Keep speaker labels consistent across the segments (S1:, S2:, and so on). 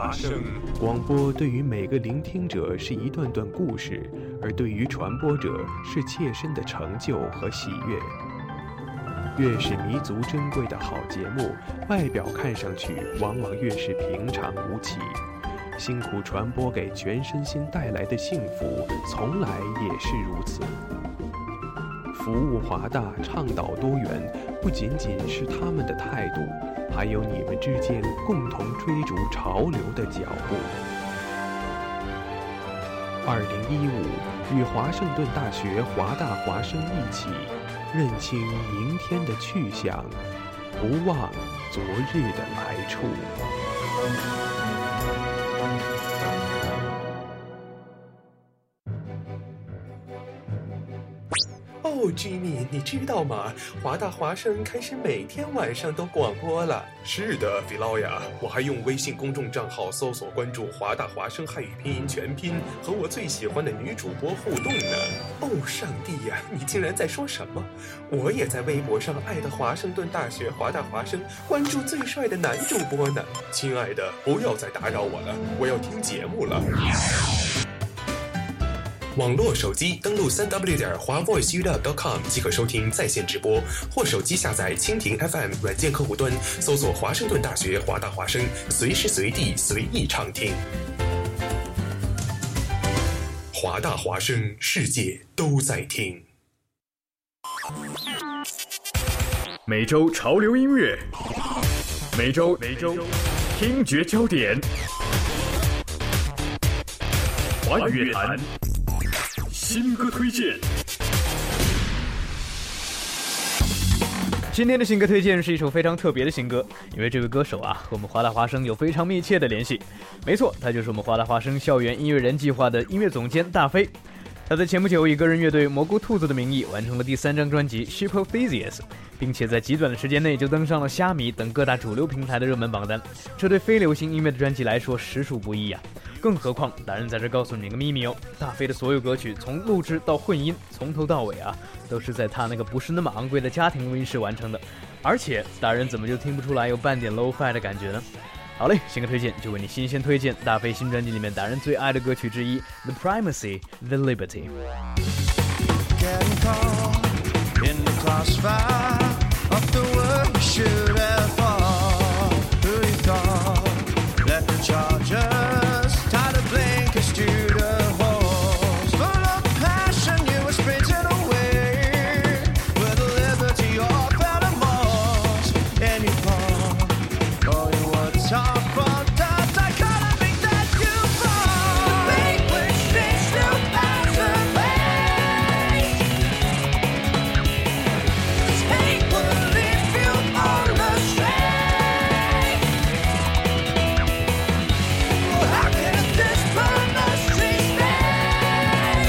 S1: 华声。
S2: 广播对于每个聆听者是一段段故事，而对于传播者是切身的成就和喜悦。越是弥足珍贵的好节目，外表看上去往往越是平常无奇。辛苦传播给全身心带来的幸福，从来也是如此。服务华大，倡导多元，不仅仅是他们的态度，还有你们之间共同追逐潮流的脚步。2015，与华盛顿大学华大华生一起，认清明天的去向，不忘昨日的来处。
S1: 哦，Jimmy，你知道吗？华大华生开始每天晚上都广播了。是的，菲劳呀，我还用微信公众账号搜索关注华大华生汉语拼音全拼，和我最喜欢的女主播互动呢。哦，上帝呀，你竟然在说什么？我也在微博上艾特华盛顿大学华大华生，关注最帅的男主播呢。亲爱的，不要再打扰我了，我要听节目了。网络手机登录3w. 华 voiceup.com 即可收听在线直播，或手机下载蜻蜓 FM 软件客户端，搜索华盛顿大学华大华生，随时随地随意畅听。华大华生，世界都在听。
S3: 每周潮流音乐，每周听觉焦点，华语乐坛新歌推荐。
S4: 今天的新歌推荐是一首非常特别的新歌，因为这位歌手和我们华大华生有非常密切的联系。没错，他就是我们华大华生校园音乐人计划的音乐总监大飞。他在前不久以个人乐队蘑菇兔子的名义完成了第3张专辑 Sheepothesis， 并且在极短的时间内就登上了虾米等各大主流平台的热门榜单，这对非流行音乐的专辑来说实属不易啊。更何况达人在这告诉你个秘密哦，大飞的所有歌曲从录制到混音，从头到尾都是在他那个不是那么昂贵的家庭录音室完成的。而且达人怎么就听不出来有半点 low-fi 的感觉呢？好嘞，新歌推荐就为你新鲜推荐大飞新专辑里面达人最爱的歌曲之一 The Primacy, The Liberty。
S5: Getting caught in the crossfire of the world you should have fought. Who you thought let the chargers tie the blinkers to the horse? Full of passion you were sprinting away with the liberty of the moss. And you thought all you were taught from the dichotomy that you fought. The banquet streets still pass away. This hate will leave you on the stray. Oh, how can this mercy stay?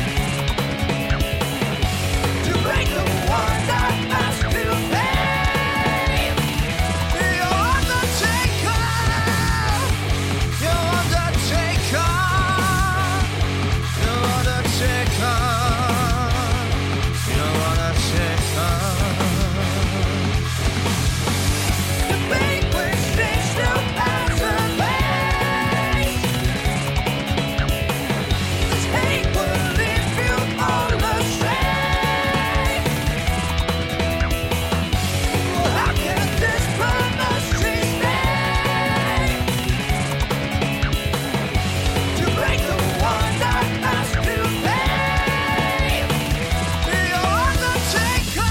S5: To break the one that has to pay. You're undertaker. You're undertaker. You're undertaker. You're undertaker. The banquet streets still pass away. This hate will leave you on the stray. Well, how can this mercy stay? To break the one that has to pay. You're undertaker.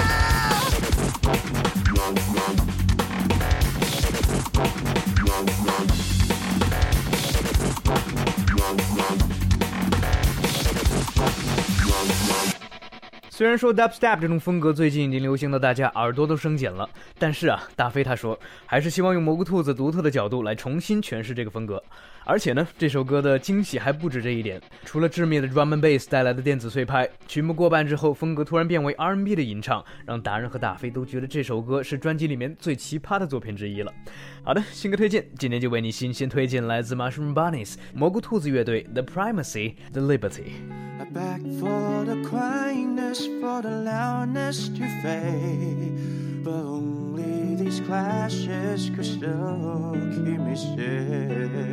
S4: 虽然说 dubstep 这种风格最近已经流行到大家耳朵都生茧了，但是大飞他说还是希望用蘑菇兔子独特的角度来重新诠释这个风格。而且呢，这首歌的惊喜还不止这一点，除了致命的 drum and bass 带来的电子碎拍，曲目过半之后，风格突然变为 R&B 的吟唱，让达人和大飞都觉得这首歌是专辑里面最奇葩的作品之一了。好的，新歌推荐，今天就为你新鲜推荐来自 Mushroom Bunnies 蘑菇兔子乐队 The Primacy, The Liberty。
S5: I beg for the quietness, for the loudness to fade, but only these clashes could still keep me safe.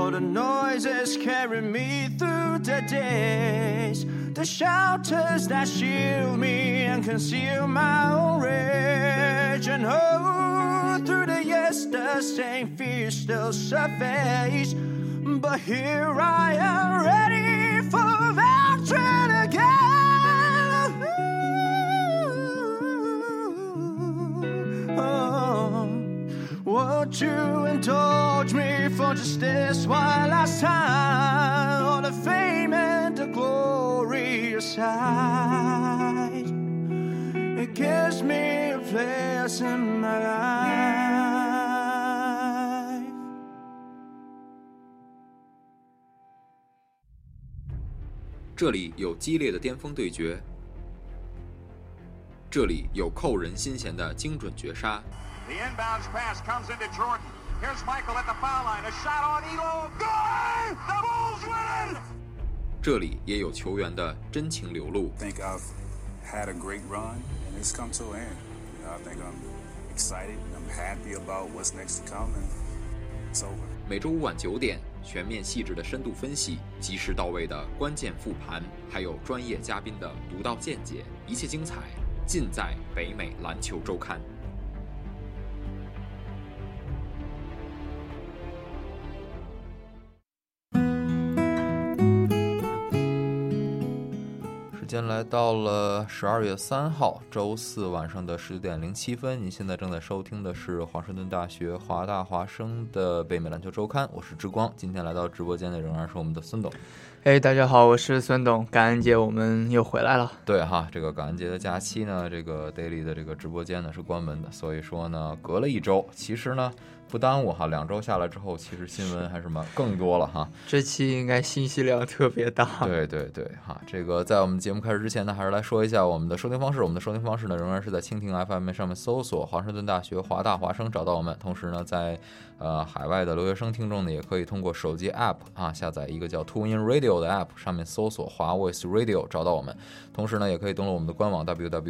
S5: all the noises carry me through the days, the shelters that shield me and conceal my own rage. And oh, through the years the same fears still surface, but here I am ready for venture again. Oh, won't you indulge me for just this one last time? All the fame and the glory aside, it gives me a place in my life.
S6: 这里有激烈的巅峰对决，这里有扣人心弦的精准绝杀。
S7: The inbounds pass comes into Jordan. Here's Michael at the foul line. A shot on Elo. Good! The Bulls win!
S6: 这里也有球员的真情流露。
S8: I think I've had a great run and it's come to an end. I think I'm excited. I'm happy about what's next to come and it's over.
S6: 每周五晚9点，全面细致的深度分析，及时到位的关键复盘，还有专业嘉宾的独到见解，一切精彩尽在北美篮球周刊。
S9: 时间来到了12月3号周四晚上的19点07分，您现在正在收听的是华盛顿大学华大华生的北美篮球周刊，我是之光。今天来到直播间的仍然是我们的孙董。
S4: 大家好，我是孙董。感恩节我们又回来了。
S9: 对哈，这个感恩节的假期呢，这个 Daily 的这个直播间呢是关门的，所以说呢隔了一周，其实呢不耽误哈，2周下来之后，其实新闻还是更多了哈。
S4: 这期应该信息量特别大。
S9: 对对对哈，这个在我们节目开始之前呢，还是来说一下我们的收听方式。我们的收听方式呢，仍然是在蜻蜓 FM 上面搜索华盛顿大学华大华生找到我们。同时呢，在海外的留学生听众呢，也可以通过手机 App 下载一个叫 TuneIn Radio 的 App， 上面搜索华 Voice Radio 找到我们。同时呢，也可以登录我们的官网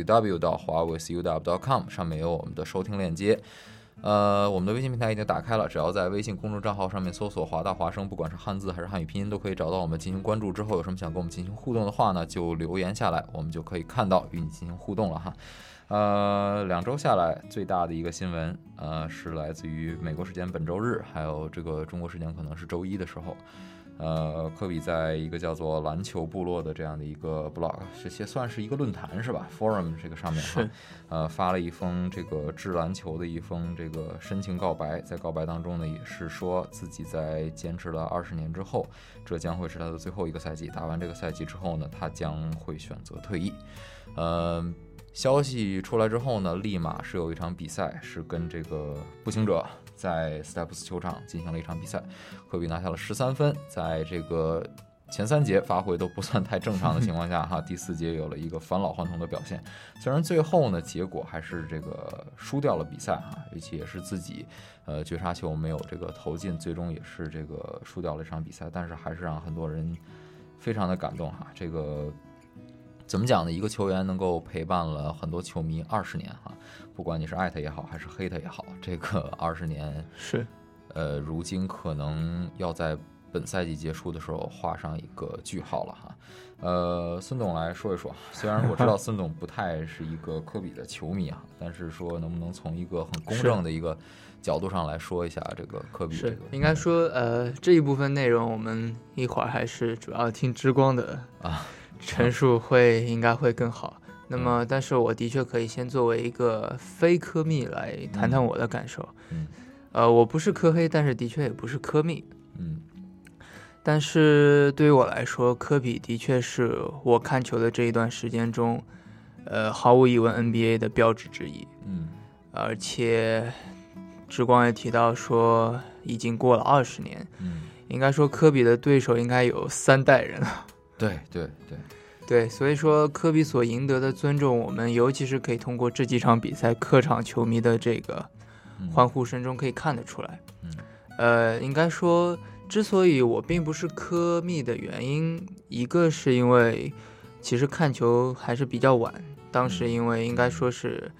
S9: www.hawavoiceuw.com， 上面有我们的收听链接。我们的微信平台已经打开了，只要在微信公众账号上面搜索华大华生，不管是汉字还是汉语拼音都可以找到我们进行关注。之后有什么想跟我们进行互动的话呢，就留言下来，我们就可以看到与你进行互动了哈。2周下来最大的一个新闻是来自于美国时间本周日，还有这个中国时间可能是周一的时候，科比在一个叫做篮球部落的这样的一个 blog， 这些算是一个论坛是吧 ？forum 这个上面发了一封这个致篮球的一封这个深情告白，在告白当中呢，也是说自己在坚持了20年之后，这将会是他的最后一个赛季。打完这个赛季之后呢，他将会选择退役。消息出来之后呢，立马是有一场比赛是跟这个步行者在斯泰普斯球场进行了一场比赛，科比拿下了13分，在这个前3节发挥都不算太正常的情况下哈，第4节有了一个返老还童的表现。虽然最后呢结果还是这个输掉了比赛哈，而且也是自己绝杀球没有这个投进，最终也是这个输掉了一场比赛，但是还是让很多人非常的感动哈。这个怎么讲呢？一个球员能够陪伴了很多球迷20年哈，不管你是爱他也好，还是黑他也好，这个20年
S4: 是，
S9: 如今可能要在本赛季结束的时候画上一个句号了哈。孙董来说一说，虽然我知道孙董不太是一个科比的球迷啊，但是说能不能从一个很公正的一个角度上来说一下这个科比、这个？
S4: 是，应该说这一部分内容我们一会儿还是主要听之光的陈述应该会更好。那么但是我的确可以先作为一个非科密来谈谈我的感受。我不是科黑，但是的确也不是科密。但是对于我来说，科比的确是我看球的这一段时间中毫无疑问 NBA 的标志之一。而且之光也提到说已经过了20年。应该说科比的对手应该有3代人了。对，所以说科比所赢得的尊重，我们尤其是可以通过这几场比赛客场球迷的这个欢呼声中可以看得出来。应该说之所以我并不是科密的原因，一个是因为其实看球还是比较晚，当时因为应该说是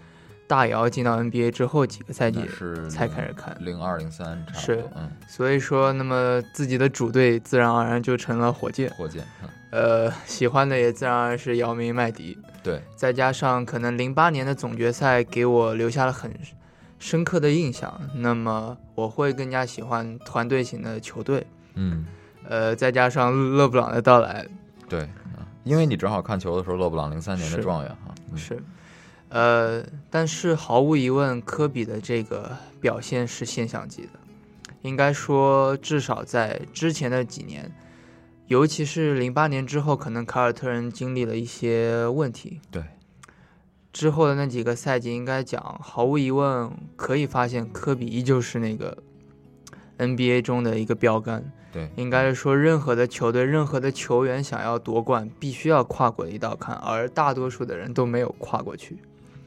S10: 大姚进到 NBA 之后几个赛季
S9: 是
S10: 才开始看
S9: ，02、03差不多。
S10: 是，所以说，那么自己的主队自然而然就成了火箭。喜欢的也自然而然是姚明、麦迪。
S9: 对，
S10: 再加上可能08年的总决赛给我留下了很深刻的印象，那么我会更加喜欢团队型的球队。再加上勒布朗的到来，
S9: 对，因为你正好看球的时候，勒布朗03年的状元哈。
S10: 是，但是毫无疑问，科比的这个表现是现象级的。应该说，至少在之前的几年，尤其是08年之后，可能凯尔特人经历了一些问题。
S9: 对，
S10: 之后的那几个赛季，应该讲，毫无疑问可以发现，科比依旧是那个 NBA 中的一个标杆。
S9: 对，
S10: 应该是说，任何的球队、任何的球员想要夺冠，必须要跨过一道坎，而大多数的人都没有跨过去。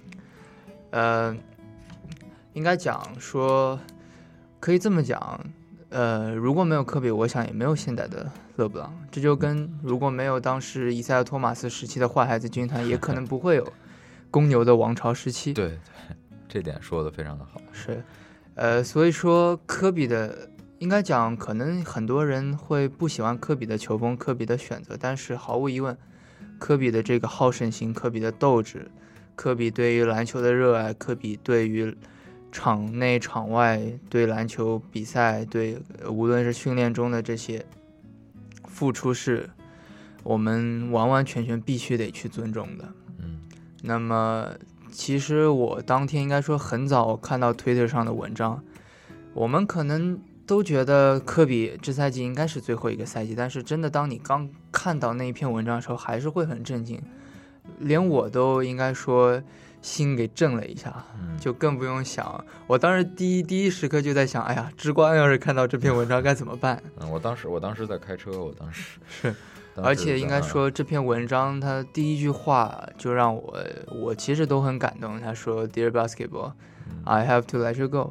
S10: 应该讲说，可以这么讲，如果没有科比，我想也没有现在的勒布朗。这就跟如果没有当时以赛亚·托马斯时期的坏孩子军团，也可能不会有公牛的王朝时期。
S9: 对，这点说的非常的好。
S10: 是，所以说科比的。应该讲，可能很多人会不喜欢科比的球风、科比的选择，但是毫无疑问，科比的这个好胜心、科比的斗志、科比对于篮球的热爱、科比对于场内场外对篮球比赛、对无论是训练中的这些付出，是我们完完全全必须得去尊重的。那么其实我当天应该说很早看到 Twitter 上的文章，我们可能都觉得科比这赛季应该是最后一个赛季，但是真的当你刚看到那一篇文章的时候，还是会很震惊，连我都应该说心给震了一下，就更不用想，我当时第一时刻就在想，哎呀，之光要是看到这篇文章该怎么办？
S9: 我当时在开车，我当时
S10: 是，而且应该说这篇文章他第一句话就让我其实都很感动，他说 Dear Basketball, I have to let you go。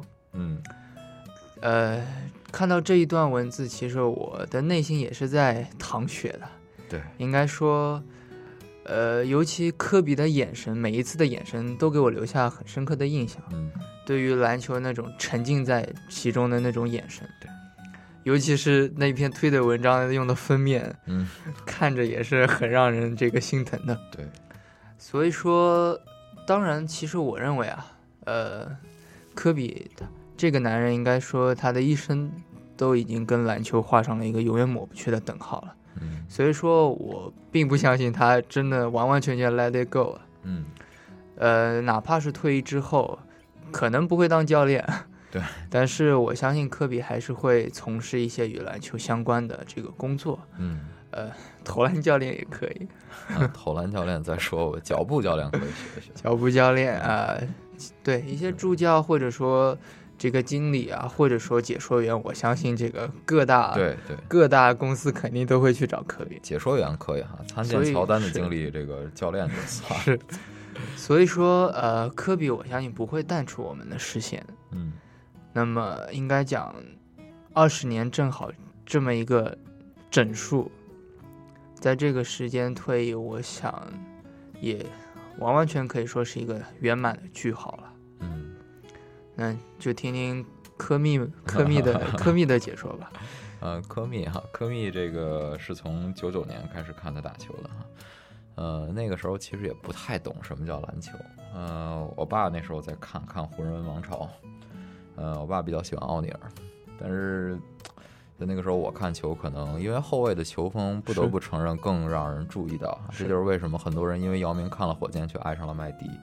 S10: 看到这一段文字，其实我的内心也是在淌血的。
S9: 对，
S10: 应该说，尤其科比的眼神，每一次的眼神都给我留下很深刻的印象。对于篮球那种沉浸在其中的那种眼神。
S9: 对，
S10: 尤其是那篇推的文章用的封面，看着也是很让人这个心疼的。
S9: 对，
S10: 所以说，当然，其实我认为啊，科比这个男人应该说他的一生都已经跟篮球画上了一个永远抹不去的等号了。所以说我并不相信他真的完完全全 let it go 了。哪怕是退役之后，可能不会当教练，
S9: 对，
S10: 但是我相信科比还是会从事一些与篮球相关的这个工作。投篮教练也可以。
S9: 投篮教练再说，我脚步教练可以学学。
S10: 脚步教练对一些助教或者说这个经理啊，或者说解说员，我相信这个各大公司肯定都会去找科比。
S9: 解说员可以哈，参见乔丹的经历，这个教练就算
S10: 是。所以说科比我相信不会淡出我们的视线。那么应该讲20年正好这么一个整数，在这个时间退役，我想也完完全可以说是一个圆满的句号了。那就听听科密的解说吧。
S9: 科密这个是从99年开始看他打球的哈。那个时候其实也不太懂什么叫篮球。我爸那时候在看湖人王朝。我爸比较喜欢奥尼尔，但是在那个时候我看球，可能因为后卫的球风，不得不承认更让人注意到。这就是为什么很多人因为姚明看了火箭，却爱上了麦迪。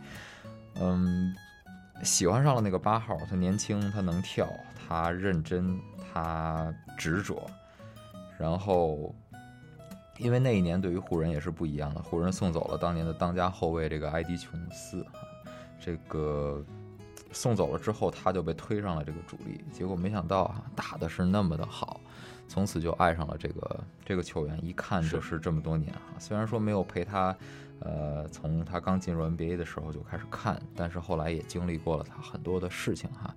S9: 喜欢上了那个8号，他年轻，他能跳，他认真，他执着。然后因为那一年对于湖人也是不一样的，湖人送走了当年的当家后卫这个埃迪琼斯，这个送走了之后，他就被推上了这个主力，结果没想到打的是那么的好，从此就爱上了这个球员，一看就是这么多年虽然说没有陪他从他刚进入 NBA 的时候就开始看，但是后来也经历过了他很多的事情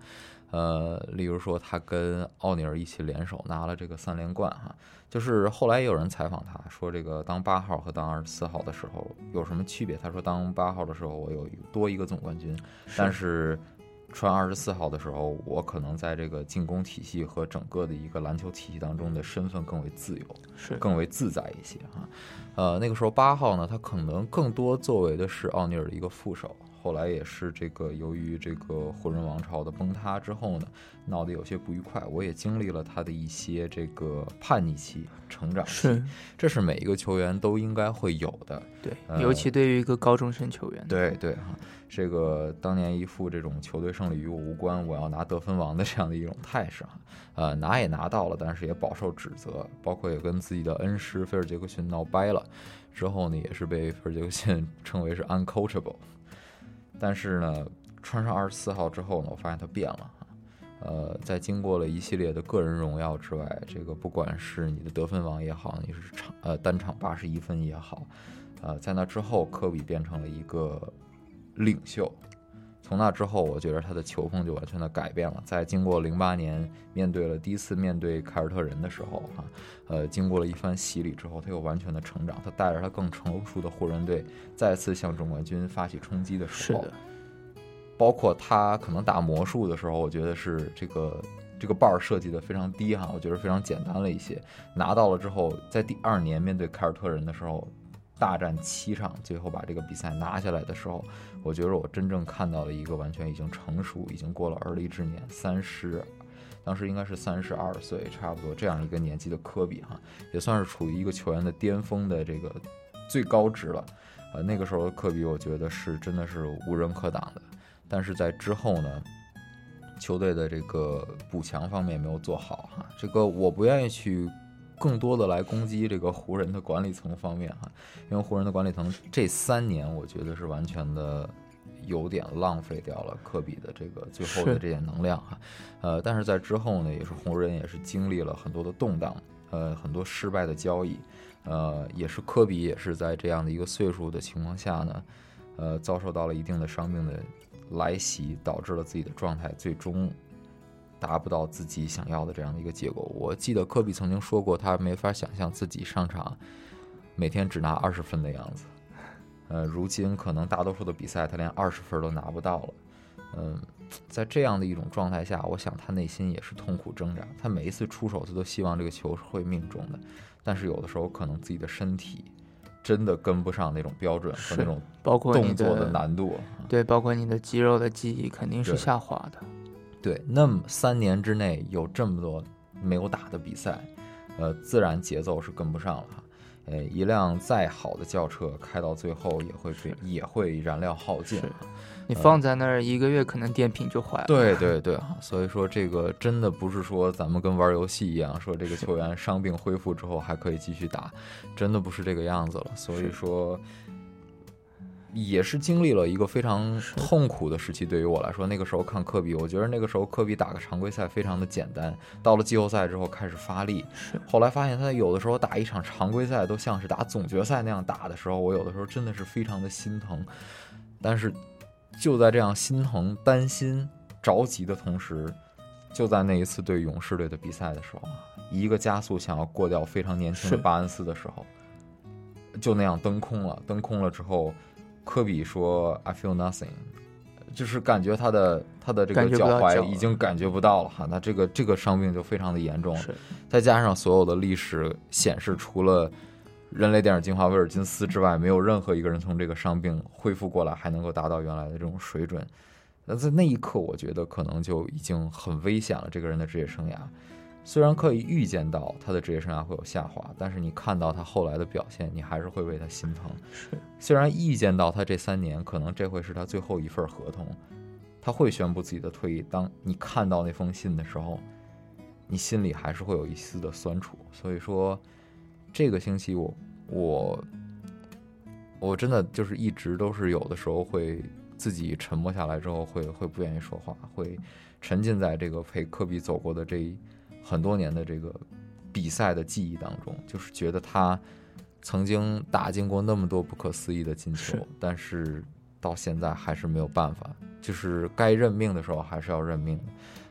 S9: 例如说他跟奥尼尔一起联手拿了这个3连冠哈。就是后来也有人采访他说，这个当8号和当24号的时候有什么区别？他说当8号的时候我有多一个总冠军，但是穿24号的时候，我可能在这个进攻体系和整个的一个篮球体系当中的身份更为自由，更为自在一些哈。那个时候8号呢，他可能更多作为的是奥尼尔的一个副手。后来也是这个由于这个湖人王朝的崩塌之后呢，闹得有些不愉快。我也经历了他的一些这个叛逆期、成长期，这是每一个球员都应该会有的。
S10: 对，尤其对于一个高中生球员。
S9: 对哈，这个当年一副这种球队胜利与我无关，我要拿得分王的这样的一种态势拿也拿到了，但是也饱受指责，包括也跟自己的恩师菲尔杰克逊闹掰了。之后呢，也是被菲尔杰克逊称为是 uncoachable。但是呢，穿上24号之后呢，我发现他变了。在经过了一系列的个人荣耀之外，这个不管是你的得分王也好，你是单场81分也好，在那之后，科比变成了一个领袖。从那之后，我觉得他的球风就完全的改变了。在经过08年第一次面对凯尔特人的时候经过了一番洗礼之后，他又完全的成长。他带着他更成熟的湖人队再次向总冠军发起冲击的时候，包括他可能打魔术的时候，我觉得是这个瓣设计的非常低我觉得非常简单了一些。拿到了之后，在第2年面对凯尔特人的时候，大战7场，最后把这个比赛拿下来的时候，我觉得我真正看到了一个完全已经成熟，已经过了而立之年当时应该是32岁差不多这样一个年纪的科比也算是处于一个球员的巅峰的这个最高值了。那个时候的科比我觉得是真的是无人可挡的。但是在之后呢，球队的这个补强方面没有做好这个我不愿意去更多的来攻击这个湖人的管理层方面因为湖人的管理层这3年我觉得是完全的有点浪费掉了科比的这个最后的这点能量但是在之后呢，也是湖人也是经历了很多的动荡，很多失败的交易，也是科比也是在这样的一个岁数的情况下呢，遭受到了一定的伤病的来袭，导致了自己的状态最终达不到自己想要的这样的一个结果。我记得科比曾经说过，他没法想象自己上场每天只拿20分的样子。如今可能大多数的比赛他连20分都拿不到了。在这样的一种状态下，我想他内心也是痛苦挣扎。他每一次出手，他都希望这个球是会命中的，但是有的时候可能自己的身体真的跟不上那种标准和那种动作的难度。
S10: 对，包括你的肌肉的记忆肯定是下滑的。
S9: 对，那么3年之内有这么多没有打的比赛，自然节奏是跟不上了。一辆再好的轿车开到最后也会燃料耗尽。
S10: 你放在那儿1个月，可能电瓶就坏了。
S9: 对对对，所以说这个真的不是说咱们跟玩游戏一样，说这个球员伤病恢复之后还可以继续打，真的不是这个样子了。所以说也是经历了一个非常痛苦的时期。对于我来说，那个时候看科比，我觉得那个时候科比打个常规赛非常的简单，到了季后赛之后开始发力，后来发现他有的时候打一场常规赛都像是打总决赛那样打的时候，我有的时候真的是非常的心疼。但是就在这样心疼、担心、着急的同时，就在那一次对勇士队的比赛的时候，一个加速想要过掉非常年轻的巴恩斯的时候，就那样蹬空了。蹬空了之后，科比说 I feel nothing， 就是感觉他的这个脚踝已经感觉不到了那这个伤病就非常的严重了。再加上所有的历史显示，除了人类电影精华威尔金斯之外，没有任何一个人从这个伤病恢复过来还能够达到原来的这种水准。那在那一刻，我觉得可能就已经很危险了，这个人的职业生涯。虽然可以预见到他的职业生涯会有下滑，但是你看到他后来的表现，你还是会为他心疼。虽然预见到他这3年可能这会是他最后一份合同，他会宣布自己的退役，当你看到那封信的时候，你心里还是会有一丝的酸楚。所以说这个星期我真的就是一直都是有的时候会自己沉默下来之后会不愿意说话，会沉浸在这个陪科比走过的这很多年的这个比赛的记忆当中，就是觉得他曾经打进过那么多不可思议的进球，但是到现在还是没有办法，就是该认命的时候还是要认命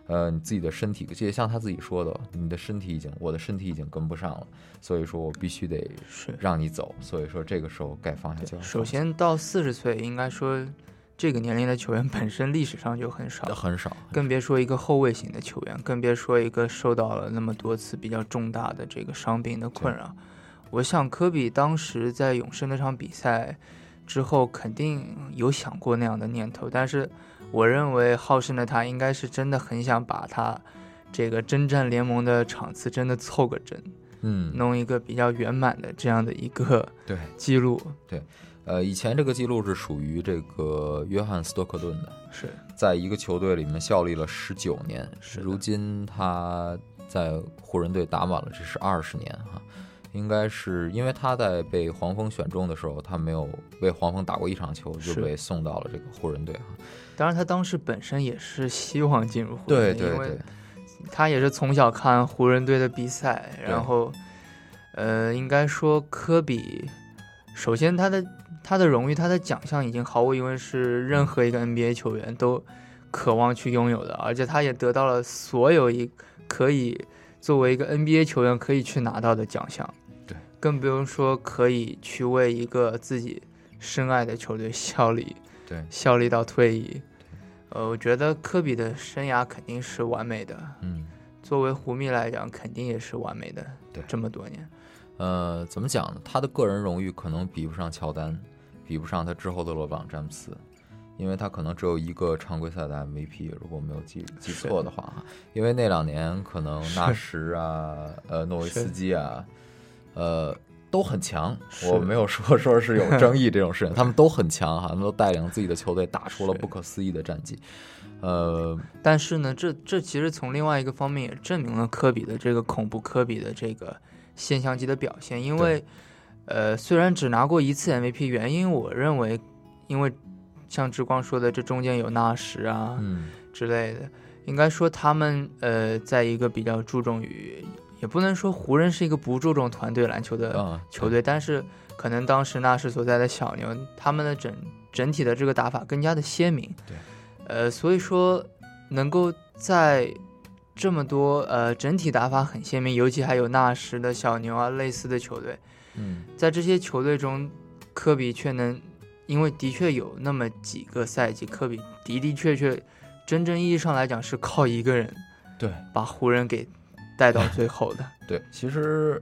S9: 你自己的身体，也像他自己说的，我的身体已经跟不上了，所以说我必须得让你走，所以说这个时候该放下就要放下。
S10: 首先到40岁，应该说这个年龄的球员本身历史上就很少，更别说一个后卫型的球员，更别说一个受到了那么多次比较重大的这个伤病的困扰。我想科比当时在勇士那场比赛之后肯定有想过那样的念头，但是我认为好胜的他应该是真的很想把他这个征战联盟的场次真的凑个整，弄一个比较圆满的这样的一个记录。
S9: 对，以前这个记录是属于这个约翰斯托克顿的，
S10: 是
S9: 在一个球队里面效力了19年，如今他在湖人队打满了这是20年哈。应该是因为他在被黄蜂选中的时候，他没有为黄蜂打过一场球，就被送到了这个湖人队哈。
S10: 当然，他当时本身也是希望进入湖人队，因为他也是从小看湖人队的比赛，然后，应该说科比，首先他的荣誉、他的奖项已经毫无疑问是任何一个 NBA 球员都渴望去拥有的，而且他也得到了所有可以作为一个 NBA 球员可以去拿到的奖项。
S9: 对，
S10: 更不用说可以去为一个自己深爱的球队效力到退役。我觉得科比的生涯肯定是完美的，作为湖迷来讲肯定也是完美的。
S9: 对，
S10: 这么多年，
S9: 怎么讲呢？他的个人荣誉可能比不上乔丹，比不上他之后的勒布朗詹姆斯，因为他可能只有一个常规赛的 MVP， 如果没有记错的话，因为那2年可能纳什啊、诺维斯基啊，都很强。我没有说是有争议这种事情，他们都很强哈，他们都带领自己的球队打出了不可思议的战绩。
S10: 但是呢，这其实从另外一个方面也证明了科比的这个恐怖科比的这个现象级的表现，因为虽然只拿过一次 MVP， 原因我认为因为像之光说的，这中间有纳什啊之类的，应该说他们在一个比较注重于，也不能说湖人是一个不注重团队篮球的球队，但是可能当时纳什所在的小牛，他们的整体的这个打法更加的鲜明。
S9: 对，
S10: 所以说能够在这么多整体打法很鲜明，尤其还有纳什的小牛啊类似的球队，在这些球队中，科比却能。因为的确有那么几个赛季，科比的确真正意义上来讲是靠一个人，
S9: 对，
S10: 把湖人给带到最后的。
S9: 对，其实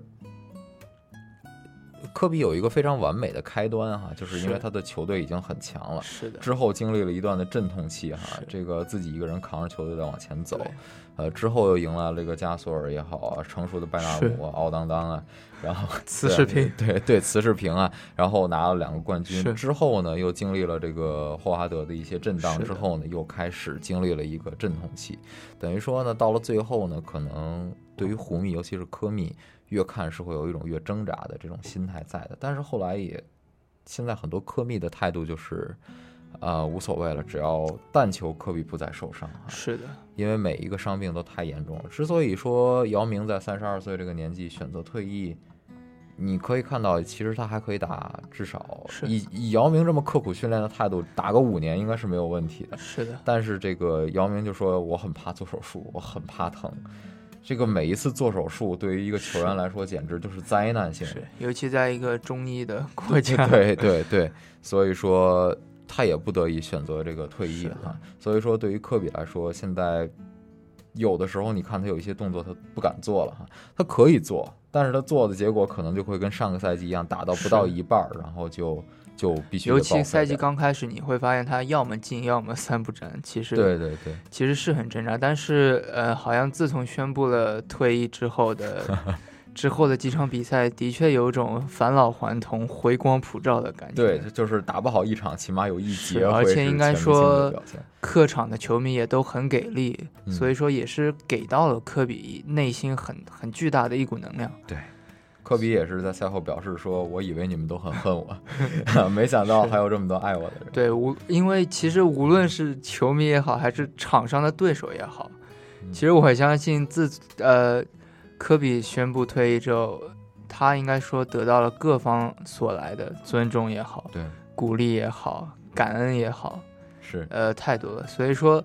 S9: 科比有一个非常完美的开端哈，就是因为他的球队已经很强了，
S10: 是的。
S9: 之后经历了一段的阵痛期哈，这个自己一个人扛着球队在往前走，之后又迎来了这个加索尔也好啊，成熟的拜纳姆啊、奥当当啊，然后
S10: 慈世平，
S9: 对慈世平啊，然后拿了2个冠军之后呢，又经历了这个霍华德的一些震荡之后呢，又开始经历了一个阵痛期，等于说呢，到了最后呢，可能对于湖迷，尤其是科迷，越看是会有一种越挣扎的这种心态在的。但是后来现在很多科迷的态度就是无所谓了，只要但求科比不再受伤。
S10: 是的，
S9: 因为每一个伤病都太严重了。之所以说姚明在32岁这个年纪选择退役，你可以看到其实他还可以打，至少以姚明这么刻苦训练的态度，打个5年应该是没有问题的。
S10: 是的，
S9: 但是这个姚明就说我很怕做手术，我很怕疼。这个每一次做手术对于一个球员来说简直就是灾难性，
S10: 尤其在一个中医的国家。
S9: 对，所以说他也不得已选择这个退役哈。所以说对于科比来说，现在有的时候你看他有一些动作他不敢做了哈，他可以做，但是他做的结果可能就会跟上个赛季一样，打到不到一半，然后就必须。
S10: 尤其赛季刚开始，你会发现他要么进，要么3不沾。其实
S9: 对，
S10: 其实是很挣扎。但是好像自从宣布了退役之后的几场比赛，的确有种返老还童、回光普照的感觉。
S9: 对，就是打不好一场，起码有一节，
S10: 而且应该说客场的球迷也都很给力，所以说也是给到了科比内心很巨大的一股能量。
S9: 对。科比也是在赛后表示说，我以为你们都很恨我没想到还有这么多爱我的人。
S10: 对，因为其实无论是球迷也好，还是场上的对手也好，其实我相信科比宣布退役之后，他应该说得到了各方所来的尊重也好，
S9: 对，
S10: 鼓励也好，感恩也好，
S9: 是
S10: 太多了。所以说应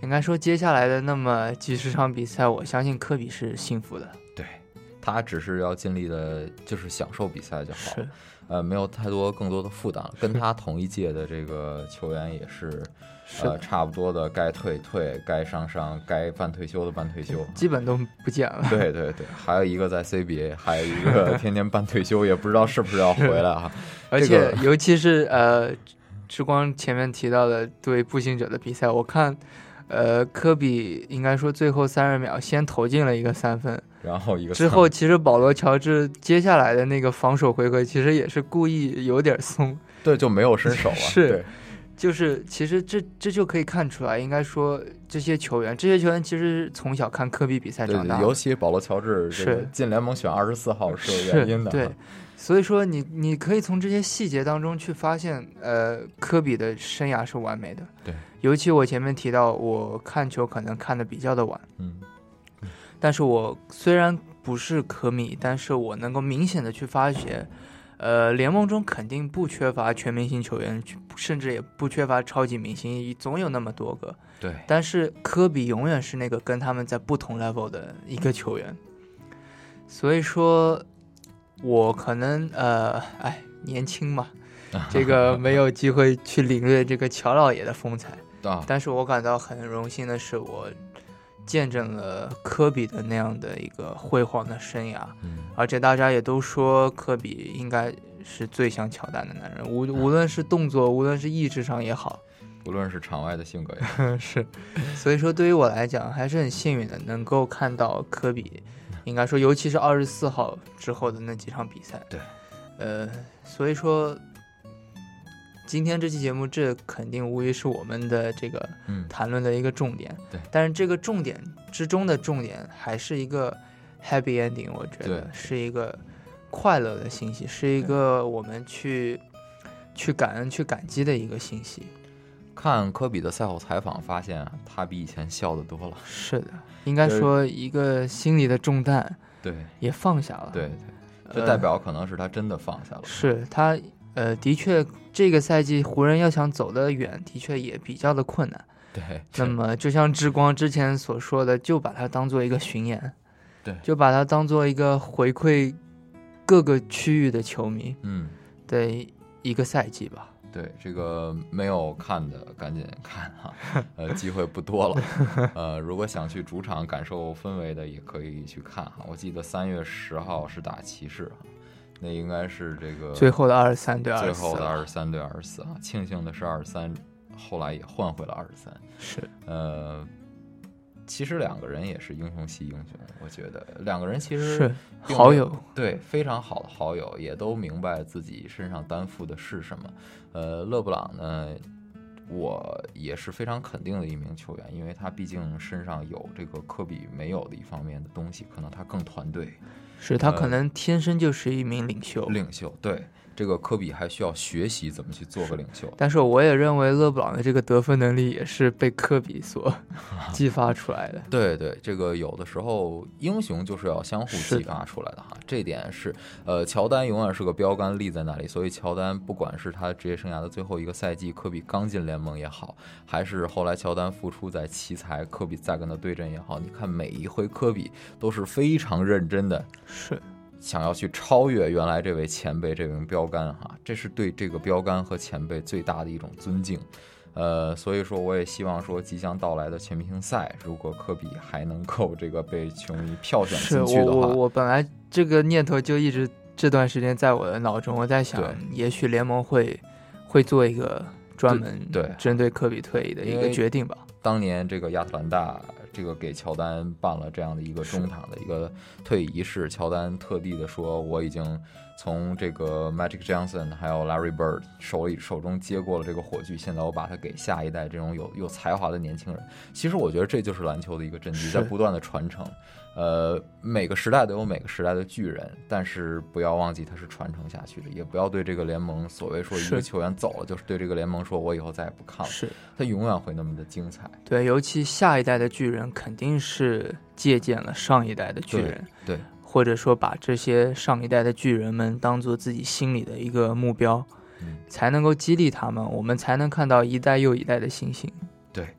S10: 应该说接下来的那么几十场比赛，我相信科比是幸福的。
S9: 对，他只是要尽力的，就是享受比赛就好了。
S10: 是，
S9: 没有太多更多的负担了。跟他同一届的这个球员也是，差不多的，该退，该伤，该办退休的办退休，
S10: 基本都不见了。
S9: 对对对，还有一个在 CBA， 还有一个天天办退休，也不知道是不是要回来啊。
S10: 而且尤其是之光前面提到的对步行者的比赛，我看科比应该说最后30秒先投进了一个3分，
S9: 然后
S10: 之后其实保罗乔治接下来的那个防守回合其实也是故意有点松，
S9: 对，就没有伸手啊。
S10: 是，
S9: 对，
S10: 就是其实这就可以看出来，应该说这些球员其实从小看科比比赛长大的，
S9: 尤其保罗乔治是进联盟选24号是有原因的。
S10: 对，所以说你可以从这些细节当中去发现，科比的生涯是完美的。
S9: 对，
S10: 尤其我前面提到，我看球可能看的比较的晚，但是我虽然不是科迷，但是我能够明显的去发现，联盟中肯定不缺乏全明星球员，甚至也不缺乏超级明星，总有那么多个。
S9: 对，
S10: 但是科比永远是那个跟他们在不同 level 的一个球员，所以说。我可能年轻嘛，这个没有机会去领略这个乔老爷的风采，但是我感到很荣幸的是，我见证了科比的那样的一个辉煌的生涯，而且大家也都说科比应该是最像乔丹的男人，无论是动作，无论是意志上也好，
S9: 无论是场外的性格也好，
S10: 是，所以说对于我来讲还是很幸运的，能够看到科比。应该说，尤其是24号之后的那几场比赛，
S9: 对，
S10: 所以说，今天这期节目，这肯定无疑是我们的这个谈论的一个重点。
S9: 对，
S10: 但是这个重点之中的重点，还是一个 happy ending， 我觉得是一个快乐的信息，是一个我们去感恩、去感激的一个信息。
S9: 看科比的赛后采访，发现他比以前笑得多了。
S10: 是的。应该说，一个心里的重担，
S9: 对，
S10: 也放下了。
S9: 对，这代表可能是他真的放下了。
S10: 是他，的确，这个赛季湖人要想走得远，的确也比较的困难。
S9: 对。
S10: 那么，就像志光之前所说的，就把它当做一个巡演，
S9: 对，
S10: 就把它当做一个回馈各个区域的球迷，的一个赛季吧。
S9: 对，这个没有看的赶紧看哈，机会不多了。如果想去主场感受氛围的，也可以去看哈。我记得3月10号是打骑士哈，那应该是这个
S10: 最后的23对24，
S9: 最后的23对24啊。庆幸的是23，后来也换回了23。
S10: 是，
S9: 其实两个人也是英雄惜英雄，我觉得两个人其实
S10: 是好友，
S9: 对，非常好的好友，也都明白自己身上担负的是什么。勒布朗呢，我也是非常肯定的一名球员，因为他毕竟身上有这个科比没有的一方面的东西，可能他更团队，
S10: 是他可能天生就是一名领袖。
S9: 对。这个科比还需要学习怎么去做个领袖，
S10: 但是我也认为勒布朗的这个得分能力也是被科比所激发出来的。
S9: 对对，这个有的时候英雄就是要相互激发出来的哈。这点是乔丹永远是个标杆立在那里，所以乔丹不管是他职业生涯的最后一个赛季，科比刚进联盟也好，还是后来乔丹复出在奇才，科比再跟他对阵也好，你看每一回科比都是非常认真的，
S10: 是。
S9: 想要去超越原来这位前辈这名标杆哈，这是对这个标杆和前辈最大的一种尊敬。所以说我也希望说即将到来的全明星赛，如果科比还能够这个被球迷票选进去的话，
S10: 我本来这个念头就一直这段时间在我的脑中，我在想，也许联盟会做一个专门针对科比退役的一个决定吧。
S9: 当年这个亚特兰大这个给乔丹办了这样的一个中场的一个退役仪式，乔丹特地的说，我已经从这个 Magic Johnson 还有 Larry Bird 手中接过了这个火炬，现在我把它给下一代这种有才华的年轻人。其实我觉得这就是篮球的一个真谛，在不断的传承。每个时代都有每个时代的巨人，但是不要忘记它是传承下去的，也不要对这个联盟所谓说一个球员走了就是对这个联盟说我以后再也不看了，
S10: 是
S9: 它永远会那么的精彩。
S10: 对，尤其下一代的巨人肯定是借鉴了上一代的巨人，
S9: 对，
S10: 或者说把这些上一代的巨人们当做自己心里的一个目标，才能够激励他们，我们才能看到一代又一代的星星。
S9: 对，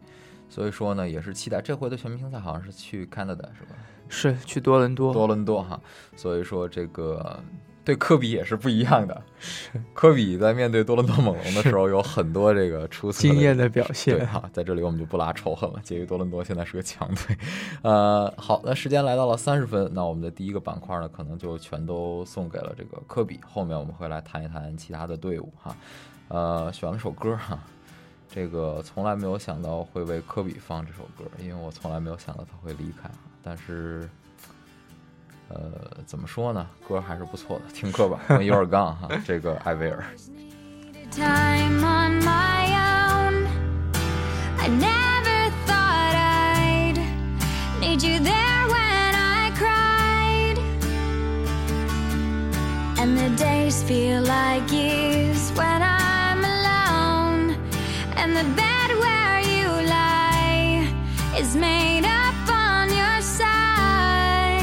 S9: 所以说呢，也是期待这回的全明星赛好像是去 Canada 是吧？
S10: 是去多伦多
S9: 哈。所以说这个对科比也是不一样的。是科比在面对多伦多猛龙的时候有很多这个出色的
S10: 惊艳的表现。
S9: 对哈，在这里我们就不拉仇恨了。介于多伦多现在是个强队。好，那时间来到了30分，那我们的第一个板块呢，可能就全都送给了这个科比。后面我们会来谈一谈其他的队伍哈。选了首歌哈，这个从来没有想到会为科比放这首歌，因为我从来没有想到他会离开。但是怎么说呢，歌还是不错的，听歌吧。When You're Gone 哈，这个艾薇儿。
S11: Time on my own, I never thought I'd need you there when I cried, and the days feel like years when I'm alone, and the bed where you lie is made up on your side.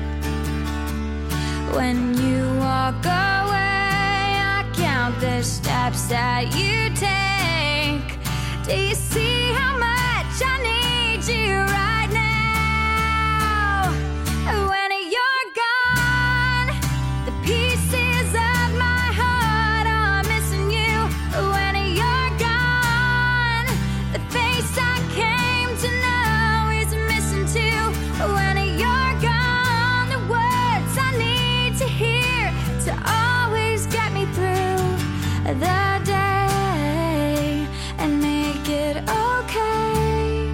S11: When you walk away, I count the steps that you take. Do you see how much I need you right now? When you're gone, the pieces of my heart are missing you. When you're gone, the face I came to know is missing too. When you're gone, the words I need to hear to always get me through the day and make it okay.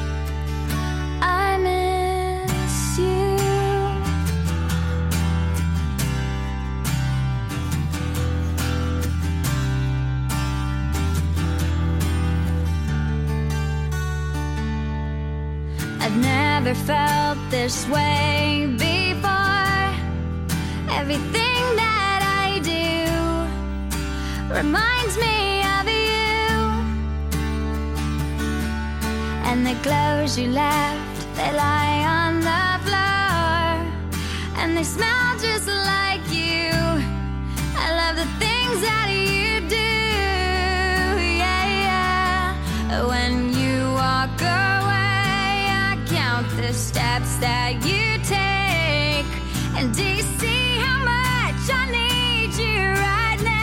S11: I miss you. I've never felt this way before. Everything that I do reminds me of you, and the clothes you left, they lie on the floor, and they smell just like you. I love the things that you do, yeah, yeah. When you walk away, I count the steps that you take, and do you see how much I need you right now?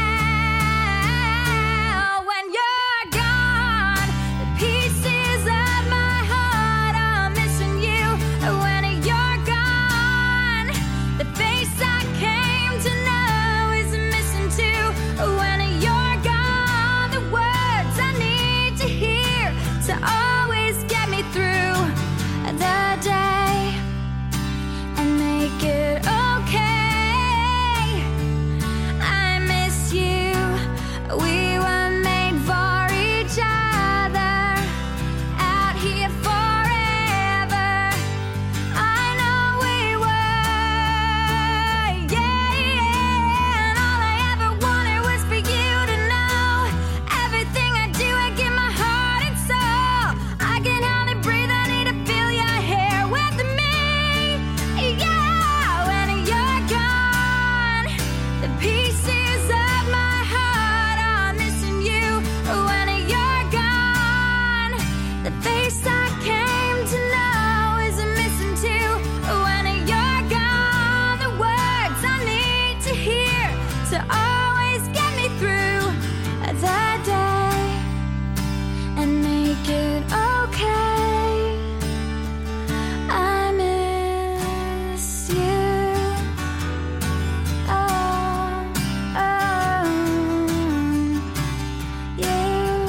S11: When you're gone, the pieces of my heart are missing you. When you're gone, the face I came to know is missing too. When you're gone, the words I need to hear to always get me through the day and make it okay. I miss you. We were made for each other, out here forever. I know we were, yeah, yeah. And all I ever wanted was for you to know everything I do, I give my heart and soul. I can hardly breathe, I need to feel your hair with me, yeah. When you're gone, the pieces of my heart are missing you. When you're gone, the face I came to know is missing too. When you're gone, the words I need to hear to always get me through the day and make it okay. I miss you. Oh, oh, you.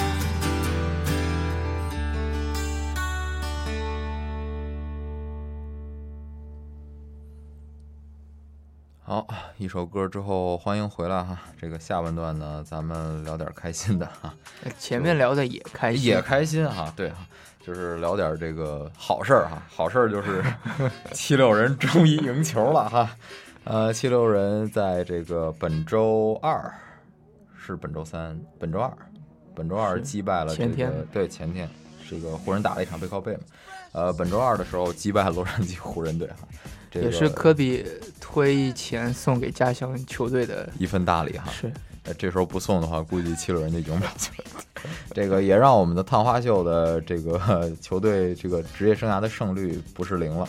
S9: 好，一首歌之后欢迎回来哈。这个下半段呢，咱们聊点开心的哈。
S10: 前面聊的也开心，
S9: 也开心哈，对哈，就是聊点这个好事儿哈。好事儿就是76人终于赢球了哈。76人在这个本周二，是本周三，本周二击败了这个前天这个湖人打了一场背靠背嘛。本周二的时候击败了洛杉矶湖人队哈。这个、
S10: 也是科比退役前送给家乡球队的
S9: 一份大礼哈。
S10: 是，
S9: 这时候不送的话，估计76人就赢不了球。 这个也让我们的探花秀的这个球队这个职业生涯的胜率不是0了。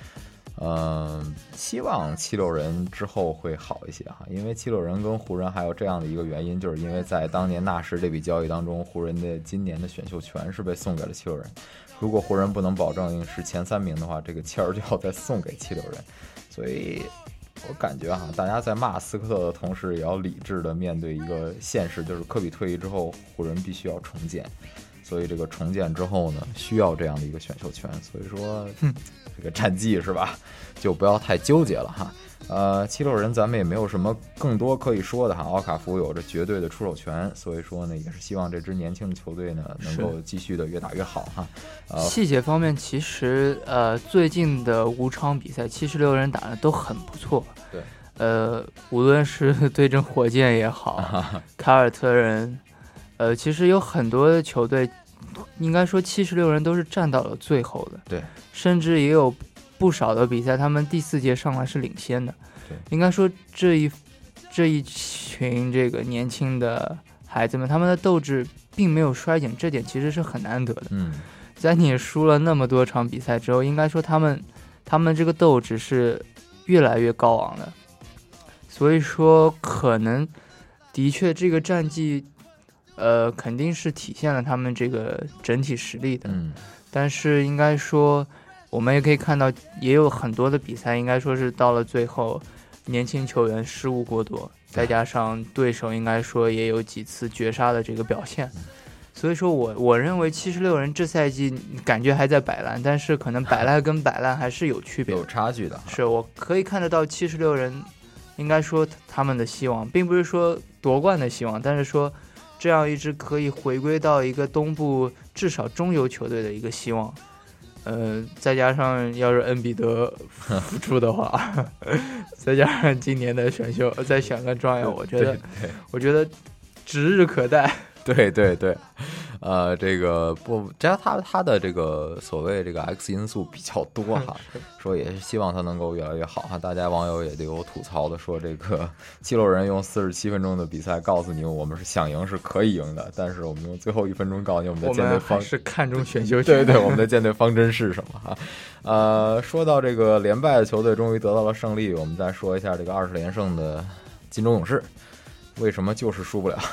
S9: 希望76人之后会好一些哈，因为76人跟湖人还有这样的一个原因，就是因为在当年纳什这笔交易当中，湖人的今年的选秀权是被送给了76人。如果湖人不能保证是前3名的话，这个签儿就要再送给76人。所以我感觉哈，大家在骂斯科特的同时，也要理智的面对一个现实，就是科比退役之后，湖人必须要重建。所以这个重建之后呢，需要这样的一个选秀权。所以说，这个战绩是吧，就不要太纠结了哈。76人咱们也没有什么更多可以说的哈。奥卡福有着绝对的出手权，所以说呢，也是希望这支年轻的球队呢能够继续的越打越好哈。
S10: 细节方面，其实最近的5场比赛，76人打的都很不错。
S9: 对，
S10: 无论是对阵火箭也好，凯尔特人，其实有很多的球队，应该说76人都是站到了最后的。
S9: 对，
S10: 甚至也有不少的比赛，他们第4节上来是领先的。
S9: 对，
S10: 应该说这一群这个年轻的孩子们，他们的斗志并没有衰减，这点其实是很难得的。在你输了那么多场比赛之后，应该说他们这个斗志是越来越高昂的。所以说，可能的确这个战绩，肯定是体现了他们这个整体实力的。但是应该说，我们也可以看到，也有很多的比赛，应该说是到了最后，年轻球员失误过多，再加上对手应该说也有几次绝杀的这个表现。所以说我认为76人这赛季感觉还在摆烂，但是可能摆烂跟摆烂还是有区别的，
S9: 有差距的。
S10: 是我可以看得到76人，应该说他们的希望，并不是说夺冠的希望，但是说这样一支可以回归到一个东部至少中游球队的一个希望。再加上要是恩比德复出的话，再加上今年的选秀再选个状元，我觉得指日可待。
S9: 对，这个不，加他的这个所谓这个 X 因素比较多哈，说也是希望他能够越来越好哈。大家网友也都有吐槽的说，这个76人用47分钟的比赛告诉你我们是想赢是可以赢的，但是我们用最后1分钟告诉你我们的舰队方
S10: 是看重选秀权。
S9: 对，我们的舰队方针是什么哈？说到这个连败的球队终于得到了胜利，我们再说一下这个20连胜的金州勇士，为什么就是输不了？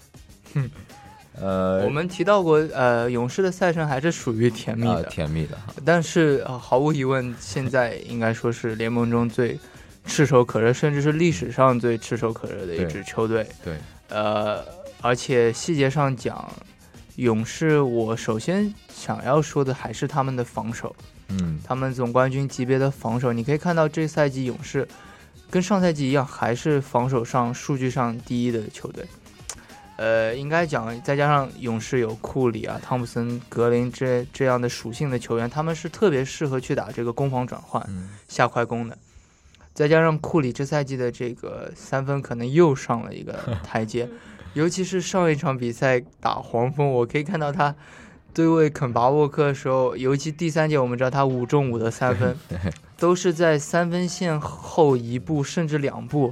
S10: 我们提到过，勇士的赛程还是属于甜蜜的，
S9: 甜蜜的。
S10: 但是毫无疑问，现在应该说是联盟中最炙手可热，甚至是历史上最炙手可热的一支球队。
S9: 对，
S10: 而且细节上讲，勇士我首先想要说的还是他们的防守。他们总冠军级别的防守，你可以看到这赛季勇士跟上赛季一样，还是防守上数据上第一的球队。应该讲，再加上勇士有库里啊、汤普森、格林这样的属性的球员，他们是特别适合去打这个攻防转换、下快攻的。再加上库里这赛季的这个3分可能又上了一个台阶，尤其是上一场比赛打黄蜂，我可以看到他对位肯巴沃克的时候，尤其第3节我们知道他5中5的3分，都是在3分线后1步甚至2步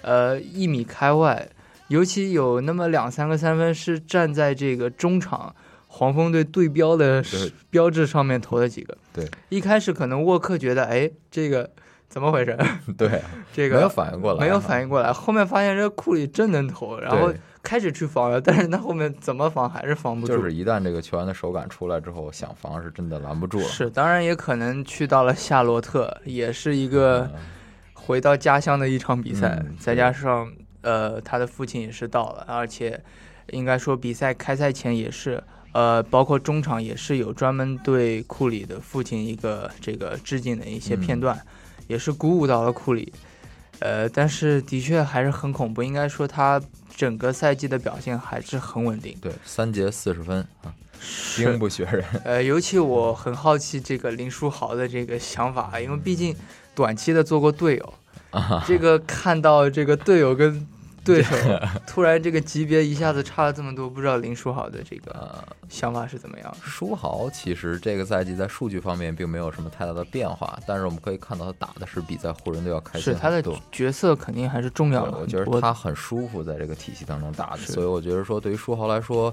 S10: ，1米开外。尤其有那么2-3个3分是站在这个中场黄蜂队对标的标志上面投了几个。
S9: 对，
S10: 一开始可能沃克觉得，这个怎么回事？
S9: 对，
S10: 这个
S9: 没有反应过来，
S10: 后面发现这个库里真能投，然后开始去防了，但是他后面怎么防还是防不住。
S9: 就是一旦这个球员的手感出来之后，想防是真的拦不住了。
S10: 是，当然也可能去到了夏洛特，也是一个回到家乡的一场比赛，再加上。他的父亲也是到了，而且应该说比赛开赛前也是，包括中场也是有专门对库里的父亲一个这个致敬的一些片段，也是鼓舞到了库里。但是的确还是很恐怖，应该说他整个赛季的表现还是很稳定。
S9: 对，3节40分啊，兵不血人。
S10: 尤其我很好奇这个林书豪的这个想法，因为毕竟短期的做过队友。这个看到这个队友跟对手突然这个级别一下子差了这么多，不知道林书豪的这个想法是怎么样？
S9: 书豪其实这个赛季在数据方面并没有什么太大的变化，但是我们可以看到他打的是比在湖人队要开心很多，
S10: 是他的角色肯定还是重要的。
S9: 我觉得他很舒服在这个体系当中打的，所以我觉得说对于书豪来说，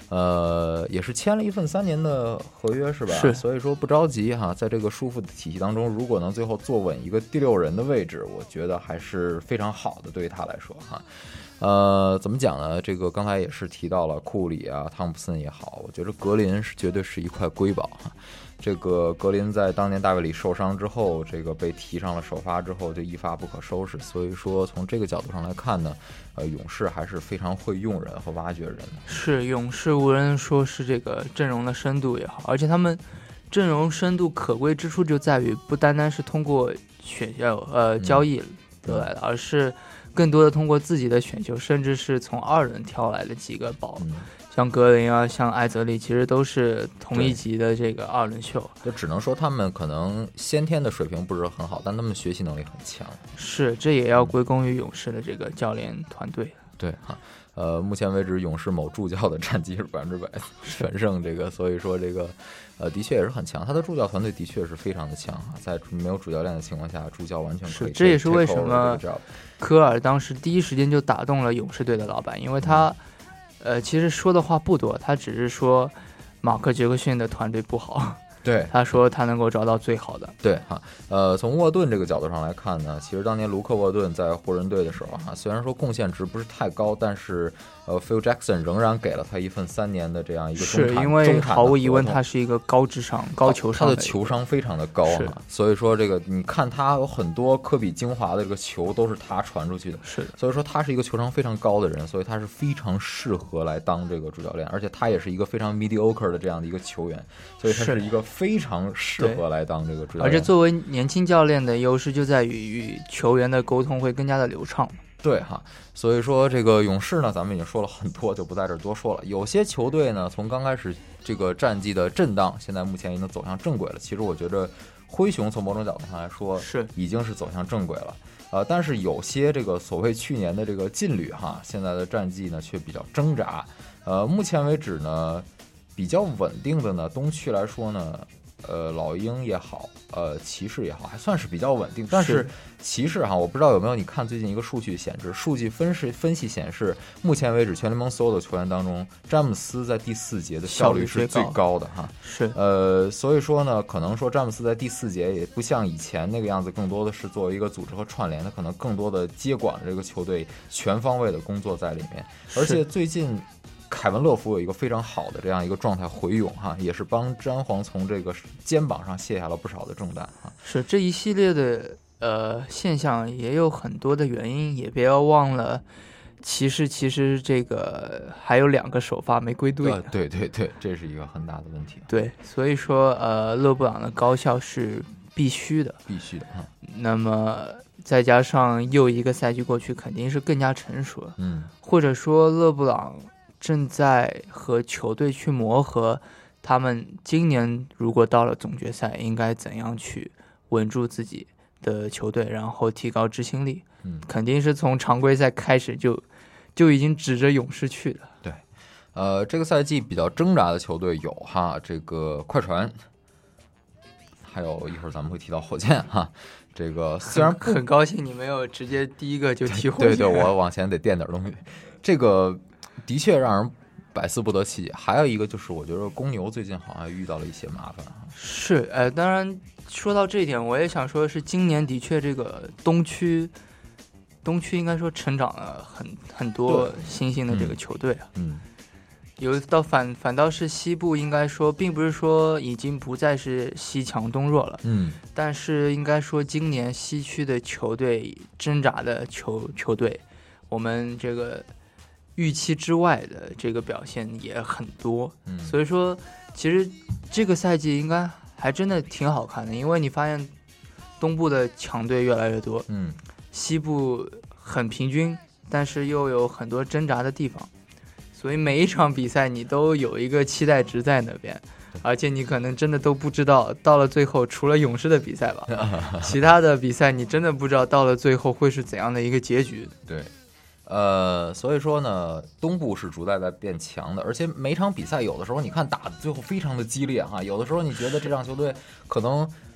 S9: 也是签了一份3年的合约是吧？
S10: 是，
S9: 所以说不着急哈，在这个舒服的体系当中，如果能最后坐稳一个第6人的位置，我觉得还是非常好的，对于他来说哈。怎么讲呢？这个刚才也是提到了库里啊、汤普森也好，我觉得格林是绝对是一块瑰宝哈。这个格林在当年大卫里受伤之后，这个被提上了首发之后就一发不可收拾，所以说从这个角度上来看呢，勇士还是非常会用人和挖掘人的。
S10: 是，勇士无论说是这个阵容的深度也好，而且他们阵容深度可贵之处就在于不单单是通过交易得来的，而是更多的通过自己的选秀，甚至是从2人挑来的几个宝。像格林啊，像艾泽利，其实都是同一级的这个2轮秀。
S9: 就只能说他们可能先天的水平不是很好，但他们学习能力很强。
S10: 是，这也要归功于勇士的这个教练团队。
S9: 对哈，目前为止勇士某助教的战绩是100%全胜，这个所以说这个的确也是很强，他的助教团队的确是非常的强啊，在没有主教练的情况下，助教完全可以。
S10: 这也是为什么科尔当时第一时间就打动了勇士队的老板，因为他其实说的话不多，他只是说马克杰克逊的团队不好。
S9: 对，
S10: 他说他能够找到最好的。
S9: 对哈，从沃顿这个角度上来看呢，其实当年卢克沃顿在湖人队的时候哈，虽然说贡献值不是太高，但是Phil Jackson 仍然给了他一份3年的这样一个
S10: 是因为毫无疑问他是一个高智商、高球商，
S9: 他的球商非常的高啊，所以说这个你看他有很多科比精华的这个球都是他传出去的，
S10: 是，
S9: 所以说他是一个球商非常高的人，所以他是非常适合来当这个主教练，而且他也是一个非常 mediocre 的这样的一个球员，所以他是一个非常适合来当这个主教练。
S10: 而且作为年轻教练的优势就在于与球员的沟通会更加的流畅。
S9: 对哈，所以说这个勇士呢，咱们已经说了很多，就不在这儿多说了。有些球队呢，从刚开始这个战绩的震荡，现在目前已经走向正轨了。其实我觉得灰熊从某种角度上来说，
S10: 是
S9: 已经是走向正轨了。但是有些这个所谓去年的这个劲旅哈，现在的战绩呢却比较挣扎。目前为止呢，比较稳定的呢，东区来说呢。老鹰也好，骑士也好，还算是比较稳定。但是骑士哈，我不知道有没有你看最近一个数据显示，数据分析显示，目前为止全联盟所有的球员当中，詹姆斯在第4节的效率是最高的哈。
S10: 是，
S9: 所以说呢，可能说詹姆斯在第4节也不像以前那个样子，更多的是作为一个组织和串联，他可能更多的接管了这个球队全方位的工作在里面，而且最近。凯文·乐福有一个非常好的这样一个状态回勇哈，也是帮詹皇从这个肩膀上卸下了不少的重担哈。
S10: 是这一系列的现象也有很多的原因，也不要忘了，骑士其实这个还有2个首发没归队。
S9: 对，这是一个很大的问题。
S10: 对，所以说勒布朗的高效是必须的。那么再加上又一个赛季过去，肯定是更加成熟了。或者说勒布朗。正在和球队去磨合，他们今年如果到了总决赛，应该怎样去稳住自己的球队，然后提高执行力？肯定是从常规赛开始就已经指着勇士去的。
S9: 对，这个赛季比较挣扎的球队有哈，这个快船，还有一会儿咱们会提到火箭哈。这个虽然
S10: 很高兴你没有直接第一个就提火箭，
S9: 对，我往前得垫点东西，这个。的确让人百思不得其解。还有一个就是，我觉得公牛最近好像遇到了一些麻烦。
S10: 是，当然说到这一点，我也想说的是，今年的确这个东区应该说成长了很多新兴的这个球队啊。有到反倒是西部，应该说并不是说已经不再是西强东弱了。但是应该说今年西区的球队挣扎的球队，我们这个。预期之外的这个表现也很多，所以说其实这个赛季应该还真的挺好看的，因为你发现东部的强队越来越多，西部很平均，但是又有很多挣扎的地方，所以每一场比赛你都有一个期待值在那边，而且你可能真的都不知道到了最后，除了勇士的比赛吧，其他的比赛你真的不知道到了最后会是怎样的一个结局。
S9: 对。所以说呢，东部是逐代在变强的，而且每场比赛有的时候你看打的最后非常的激烈哈，有的时候你觉得这场球队可能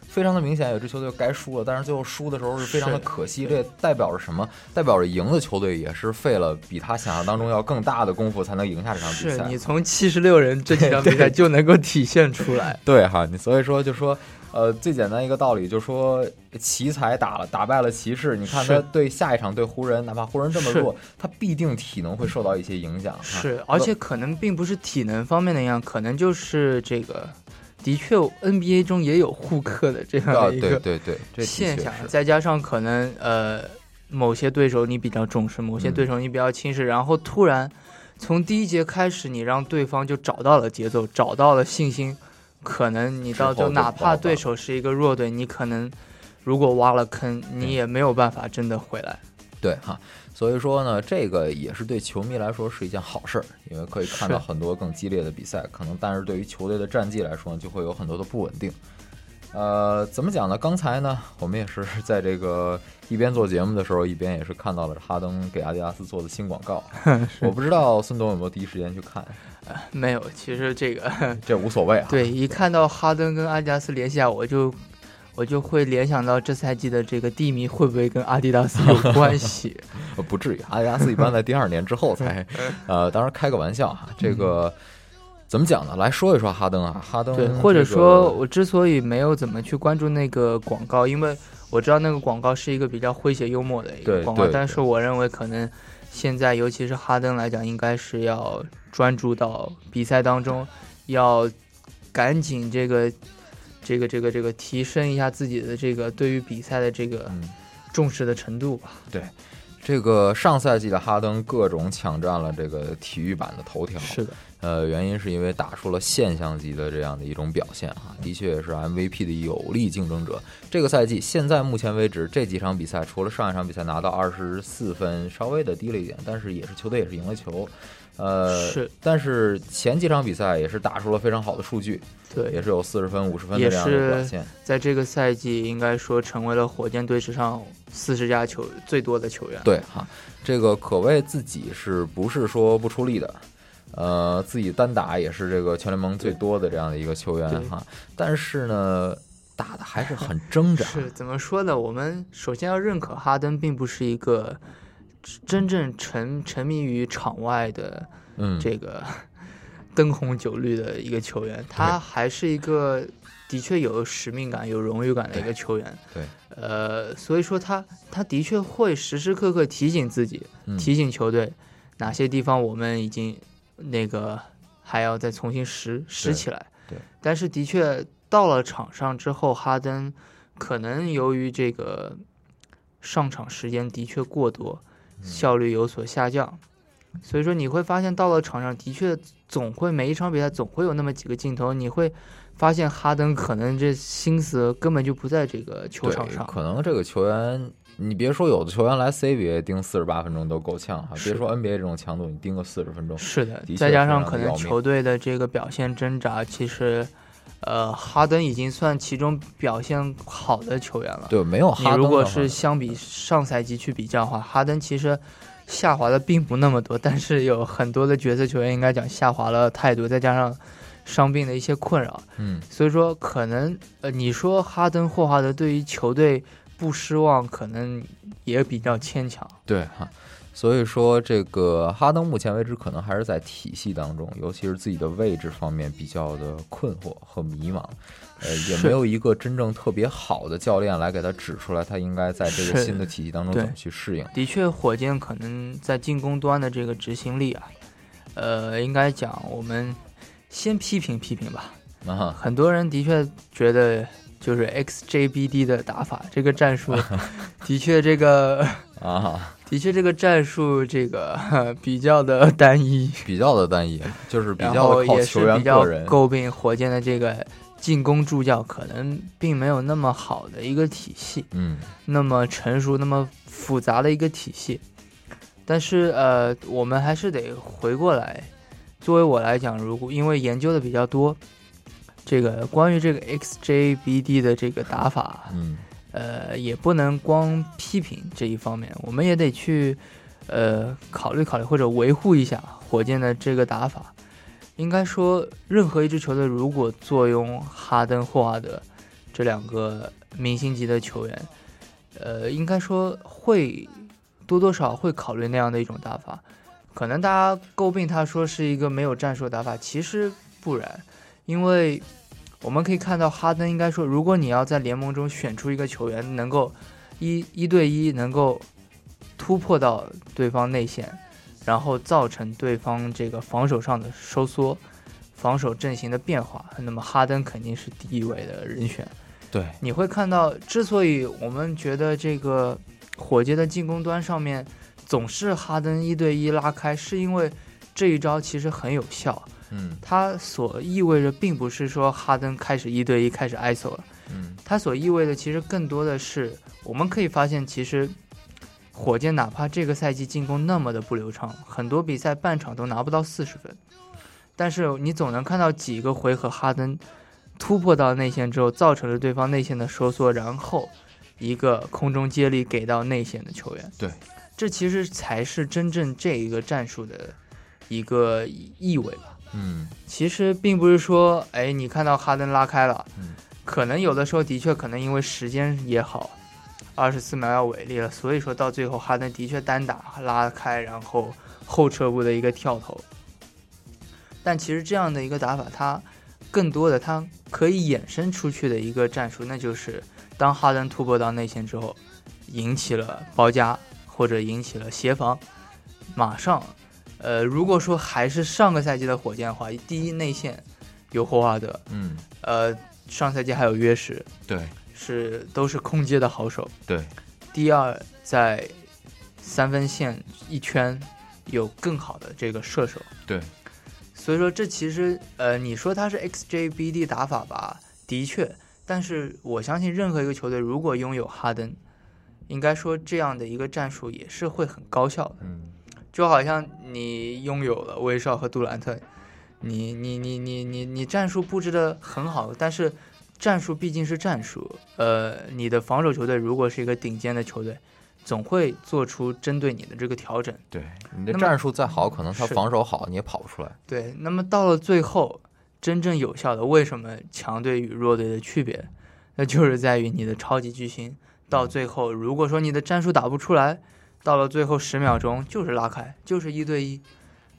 S9: 非常的明显，有支球队该输了，但是最后输的时候是非常的可惜。这代表着什么？代表着赢的球队也是费了比他想象当中要更大的功夫才能赢下这场比赛。
S10: 是你从76人这几场比赛就能够体现出来。
S9: 对哈，你所以说就说。最简单一个道理就是说，奇才打败了骑士，你看他对下一场对湖人，哪怕湖人这么弱，他必定体能会受到一些影响。
S10: 是，而且可能并不是体能方面的影响，可能就是这个，的确 NBA 中也有互克的这样的一个现象，再加上可能某些对手你比较重视，某些对手你比较轻视，然后突然从第一节开始，你让对方就找到了节奏，找到了信心。可能你到最后哪怕对手是一个弱队，你可能如果挖了坑，你也没有办法真的回来。
S9: 对哈，所以说呢，这个也是对球迷来说是一件好事儿，因为可以看到很多更激烈的比赛。可能但是对于球队的战绩来说呢，就会有很多的不稳定。怎么讲呢？刚才呢，我们也是在这个一边做节目的时候，一边也是看到了哈登给阿迪达斯做的新广告。我不知道孙董有没有第一时间去看。
S10: 没有，其实这
S9: 无所谓啊。
S10: 对，一看到哈登跟阿迪达斯联系啊，我就会联想到这赛季的这个低迷会不会跟阿迪达斯有关系？
S9: 不至于，阿迪达斯一般在第2年之后才，当然开个玩笑哈。这个怎么讲呢？来说一说哈登啊，哈登、
S10: 对，或者说我之所以没有怎么去关注那个广告，因为我知道那个广告是一个比较诙谐幽默的一个广告，但是我认为可能现在尤其是哈登来讲，应该是要专注到比赛当中，要赶紧这个提升一下自己的这个对于比赛的这个重视的程度吧。
S9: 对，这个上赛季的哈登各种抢占了这个体育版的头条。
S10: 是的。
S9: 原因是因为打出了现象级的这样的一种表现啊，的确也是 MVP 的有力竞争者。这个赛季现在目前为止这几场比赛，除了上一场比赛拿到24分，稍微的低了一点，但是球队也是赢了球。但是前几场比赛也是打出了非常好的数据，
S10: 对，
S9: 也是有40分、50分的这样的表现。
S10: 在这个赛季应该说成为了火箭队史上40加最多的球员。
S9: 对哈，这个可谓自己是不是说不出力的？自己单打也是这个全联盟最多的这样的一个球员哈，但是呢，打的还是很挣扎。
S10: 是怎么说呢？我们首先要认可哈登并不是一个真正沉迷于场外的这个灯红酒绿的一个球员，他还是一个的确有使命感、有荣誉感的一个球员。
S9: 对，
S10: 所以说他的确会时时刻刻提醒自己、提醒球队哪些地方我们已经那个还要再重新拾起来。
S9: 对，
S10: 但是的确到了场上之后，哈登可能由于这个上场时间的确过多，效率有所下降，所以说你会发现到了场上的确每一场比赛总会有那么几个镜头，你会发现哈登可能这心思根本就不在这个球场上。
S9: 可能这个球员，你别说有的球员来 CBA 盯48分钟都够呛哈，别说 NBA 这种强度，你盯个40分钟。
S10: 是的，再加上可能球队的这个表现挣扎，其实哈登已经算其中表现好的球员了。
S9: 对，没有哈登。
S10: 你如果是相比上赛季去比较的话，哈登其实下滑的并不那么多，但是有很多的角色球员应该讲下滑了太多，再加上伤病的一些困扰，所以说可能你说霍华德对于球队不失望，可能也比较牵强。
S9: 对哈。所以说，这个哈登目前为止可能还是在体系当中，尤其是自己的位置方面比较的困惑和迷茫，也没有一个真正特别好的教练来给他指出来，他应该在这个新的体系当中怎么去适应。
S10: 的确，火箭可能在进攻端的这个执行力啊，应该讲我们先批评吧。很多人的确觉得就是 XJBD 的打法，这个战术的确这个的确这个战术这个比较的单一，
S9: 就是比较的靠球员个人。
S10: 诟病火箭的这个进攻助教可能并没有那么好的一个体系，那么成熟、那么复杂的一个体系。但是我们还是得回过来，作为我来讲，因为研究的比较多，这个关于这个 XJBD 的这个打法，也不能光批评这一方面，我们也得去考虑或者维护一下火箭的这个打法。应该说，任何一支球队如果坐拥哈登、霍华德这两个明星级的球员，应该说会多多少会考虑那样的一种打法。可能大家诟病他说是一个没有战术打法，其实不然，因为我们可以看到哈登应该说，如果你要在联盟中选出一个球员能够一对一能够突破到对方内线，然后造成对方这个防守上的收缩，防守阵型的变化，那么哈登肯定是第一位的人选。
S9: 对，
S10: 你会看到，之所以我们觉得这个火箭的进攻端上面总是哈登一对一拉开，是因为这一招其实很有效。它所意味着并不是说哈登开始一对一开始 ISO 了，它所意味的其实更多的是，我们可以发现，其实火箭哪怕这个赛季进攻那么的不流畅，很多比赛半场都拿不到40分，但是你总能看到几个回合哈登突破到内线之后，造成了对方内线的收缩，然后一个空中接力给到内线的球员。
S9: 对，
S10: 这其实才是真正这一个战术的一个意味吧。其实并不是说，哎，你看到哈登拉开了，可能有的时候的确可能因为时间也好，24秒要违例了，所以说到最后哈登的确单打拉开，然后后撤步的一个跳投。但其实这样的一个打法，它更多的它可以衍生出去的一个战术，那就是当哈登突破到内线之后，引起了包夹或者引起了协防，马上如果说还是上个赛季的火箭的话，第一内线有霍华德，上赛季还有约什，
S9: 对，
S10: 都是空接的好手，
S9: 对。
S10: 第二，在三分线一圈有更好的这个射手，
S9: 对。
S10: 所以说这其实你说它是 XJBD 打法吧，的确，但是我相信任何一个球队如果拥有哈登，应该说这样的一个战术也是会很高效的。就好像你拥有了威少和杜兰特，你战术布置的很好，但是战术毕竟是战术，你的防守球队如果是一个顶尖的球队，总会做出针对你的这个调整。
S9: 对，你的战术再好，可能他防守好你也跑不出来。
S10: 对，那么到了最后，真正有效的，为什么强队与弱队的区别，那就是在于你的超级巨星到最后，如果说你的战术打不出来，到了最后10秒钟就是拉开，就是一对一，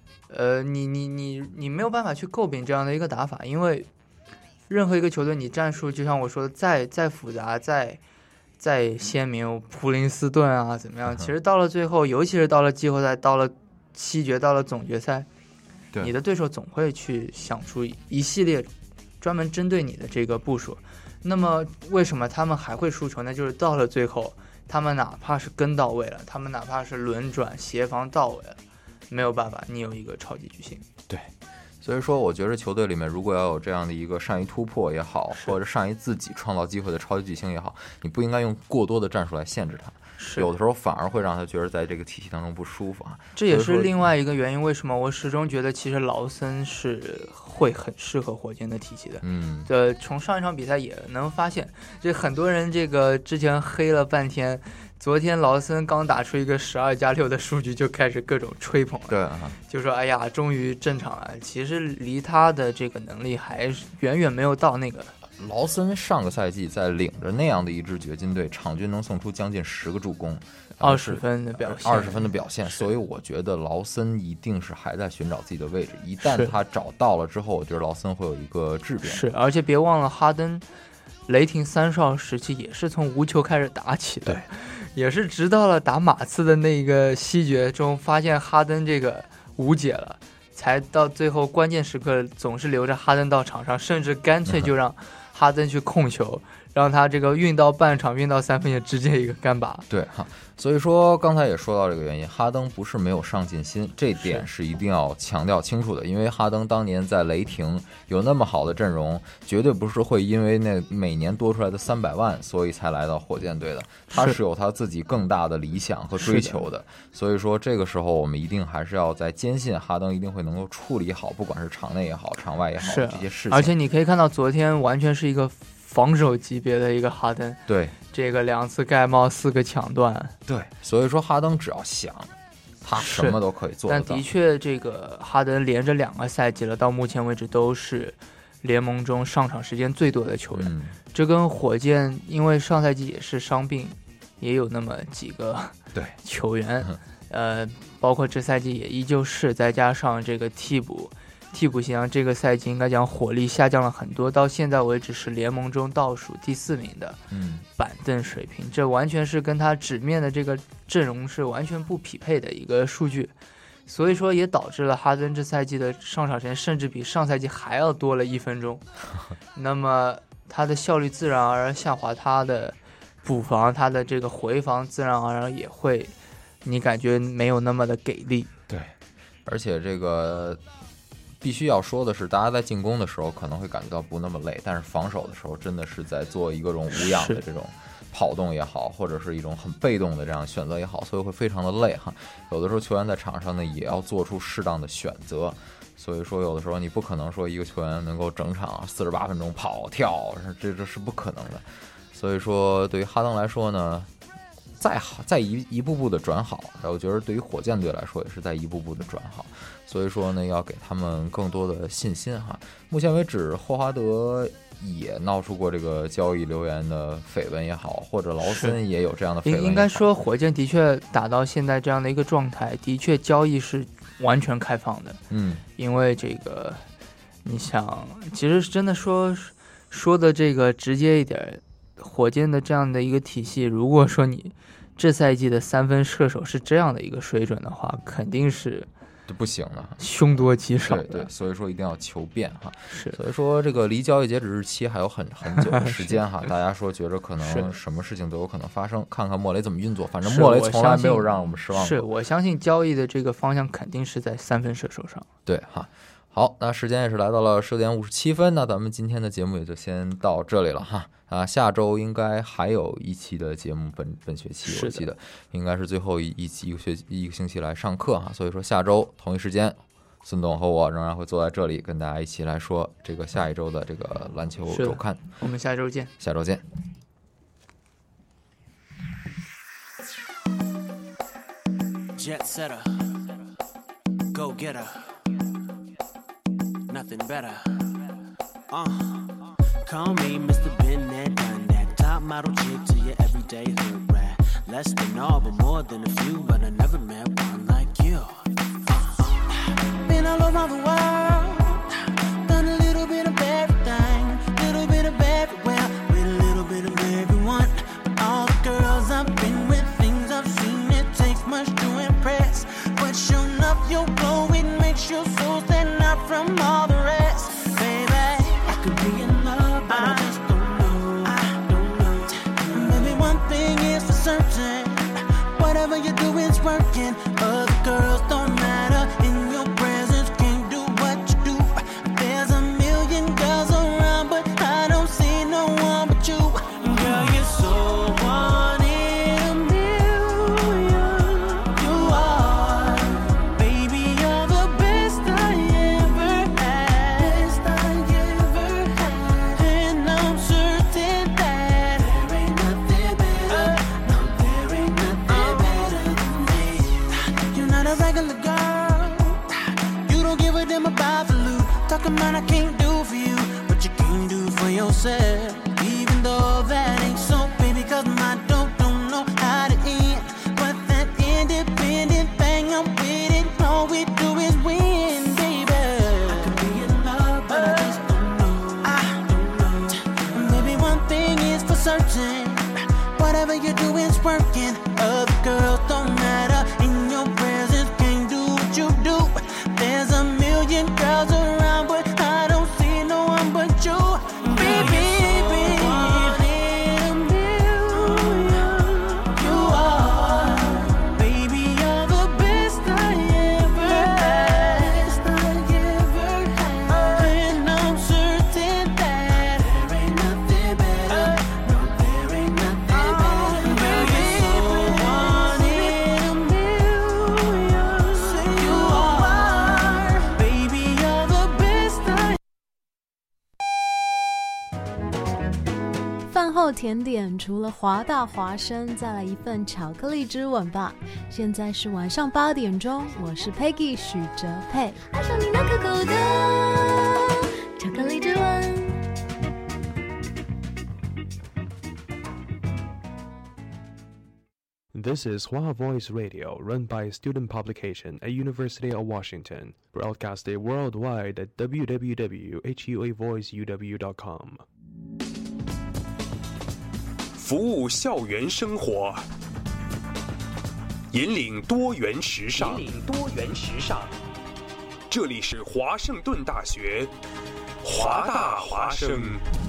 S10: 你没有办法去诟病这样的一个打法，因为任何一个球队，你战术就像我说的，再复杂，再鲜明，普林斯顿啊怎么样，其实到了最后，尤其是到了季后赛，到了西决，到了总决赛，你的对手总会去想出一系列专门针对你的这个部署。那么为什么他们还会输球呢？就是到了最后，他们哪怕是跟到位了，他们哪怕是轮转协防到位了，没有办法，你有一个超级巨星。
S9: 对，所以说我觉得球队里面如果要有这样的一个善于突破也好，或者善于自己创造机会的超级巨星也好，你不应该用过多的战术来限制他，有的时候反而会让他觉得在这个体系当中不舒服啊。
S10: 这也是另外一个原因，为什么我始终觉得其实劳森是会很适合火箭的体系的。从上一场比赛也能发现，这很多人这个之前黑了半天，昨天劳森刚打出一个12+6的数据，就开始各种吹捧了。
S9: 对，
S10: 就说哎呀，终于正常了。其实离他的这个能力还远远没有到那个。
S9: 劳森上个赛季在领着那样的一支掘金队，场均能送出将近10个助攻
S10: ，20分的表现
S9: ，20分的表现。所以我觉得劳森一定是还在寻找自己的位置，一旦他找到了之后，我觉得劳森会有一个质变。
S10: 是，而且别忘了哈登，雷霆3少时期也是从无球开始打起的，
S9: 对，
S10: 也是直到了打马刺的那个西决中，发现哈登这个无解了，才到最后关键时刻总是留着哈登到场上，甚至干脆就让哈登去控球，让他这个运到半场，运到3分线，直接一个干拔。
S9: 对哈，所以说刚才也说到这个原因，哈登不是没有上进心，这点是一定要强调清楚的。因为哈登当年在雷霆有那么好的阵容，绝对不是会因为那每年多出来的300万，所以才来到火箭队的。他是有他自己更大的理想和追求的。所以说这个时候我们一定还是要在坚信哈登一定会能够处理好，不管是场内也好，场外也好这些事情。
S10: 而且你可以看到昨天完全是一个防守级别的一个哈登，
S9: 对，
S10: 这个2次盖帽4个抢断，
S9: 对，所以说哈登只要想，他什么都可以做得到。
S10: 但的确，这个哈登连着2个赛季了，到目前为止都是联盟中上场时间最多的球员。这跟火箭因为上赛季也是伤病，也有那么几个球员，包括这赛季也依旧是，再加上这个替补席上，这个赛季应该讲火力下降了很多，到现在为止是联盟中倒数第4名的板凳水平，这完全是跟他纸面的这个阵容是完全不匹配的一个数据，所以说也导致了哈登这赛季的上场时间甚至比上赛季还要多了1分钟，那么他的效率自然而然下滑，他的补防他的这个回防自然而然也会你感觉没有那么的给力。
S9: 对，而且这个必须要说的是，大家在进攻的时候可能会感觉到不那么累，但是防守的时候真的是在做一个种无氧的这种跑动也好，或者是一种很被动的这样选择也好，所以会非常的累哈。有的时候球员在场上呢也要做出适当的选择，所以说有的时候你不可能说一个球员能够整场48分钟跑跳，这是不可能的。所以说对于哈登来说呢，在一步步的转好，然后我觉得对于火箭队来说也是在一步步的转好，所以说呢要给他们更多的信心哈。目前为止霍华德也闹出过这个交易流言的绯闻也好，或者劳森也有这样的绯闻，
S10: 应该说火箭的确打到现在这样的一个状态，的确交易是完全开放的。因为这个你想其实真的说的这个直接一点，火箭的这样的一个体系，如果说你这赛季的3分射手是这样的一个水准的话，肯定是
S9: 不行的，
S10: 凶多吉少的。
S9: 对，所以说一定要求变哈。
S10: 是，
S9: 所以说这个离交易截止日期还有很久的时间哈。大家说觉着可能什么事情都有可能发生，看看莫雷怎么运作。反正莫雷从来没有让我们失望过。
S10: 是，我相信交易的这个方向肯定是在3分射手上。
S9: 对哈。好，那时间也是来到了10点57分，那咱们今天的节目也就先到这里了哈。下周应该还有一期的节目，本学期我记得应该是最后一个星期来上课哈，所以说下周同一时间，孙董和我仍然会坐在这里跟大家一起来说这个下一周的这个篮球周刊。
S10: 我们下周见。
S9: 下周见。
S5: Jet setter, go getter, nothing better. Call me Mr. Been that, done that. Top model chick to your everyday hood rat. Less than all, but more than a few. But I never met one like you. Been all over the world, done a little bit of everything, little bit of everywhere, with a little bit of everyone. But all the girls I've been with, things I've seen, it takes much to impress. But sure enough, your glow, it makes your soul stand out from all the rest. Baby, I could be in love, but I just don't know. I don't know. Maybe one thing is for certain, whatever you do is working. Other girls don't matter, in your presence can't do what you do. There's a million girls around, but I don't see no one but you. Girl, you're so one in a million. You are, baby, you're the best I ever had. Best I ever had. And I'm certain that there ain't nothing better. No, there ain't nothing better than me. You're not a regular girl. You don't give a damn about the loot. Talking about I can't do for you what you can do for yourself. Even though that ain't so, baby, cause my dope don't know how to end. But that independent thing, I'm with it. All we do is win, baby. I could be in love, but I just don't know. I don't know. And maybe one thing is for certain, whatever you do is working. Other girls don't matter, in your presence can't do what you do. There's a million girls around, but I don't see no one but you. Baby, you are, baby, you're the best I ever had. Best I ever had. And I'm certain that there ain't nothing better. No, there ain't nothing better. Girl, you're so one in a million. You are, baby, you're the best I.
S12: 饭后甜点除了华大华生，再来一份巧克力之吻吧。现在是晚上8点钟，我是 Peggy 许哲佩。爱上你那可口的巧克力之吻。
S2: This is Hua Voice Radio, run by a student publication at University of Washington, broadcasted worldwide at www.huavoiceuw.com.
S1: 服务校园生活，引领多元时尚。这里是华盛顿大学华大华生。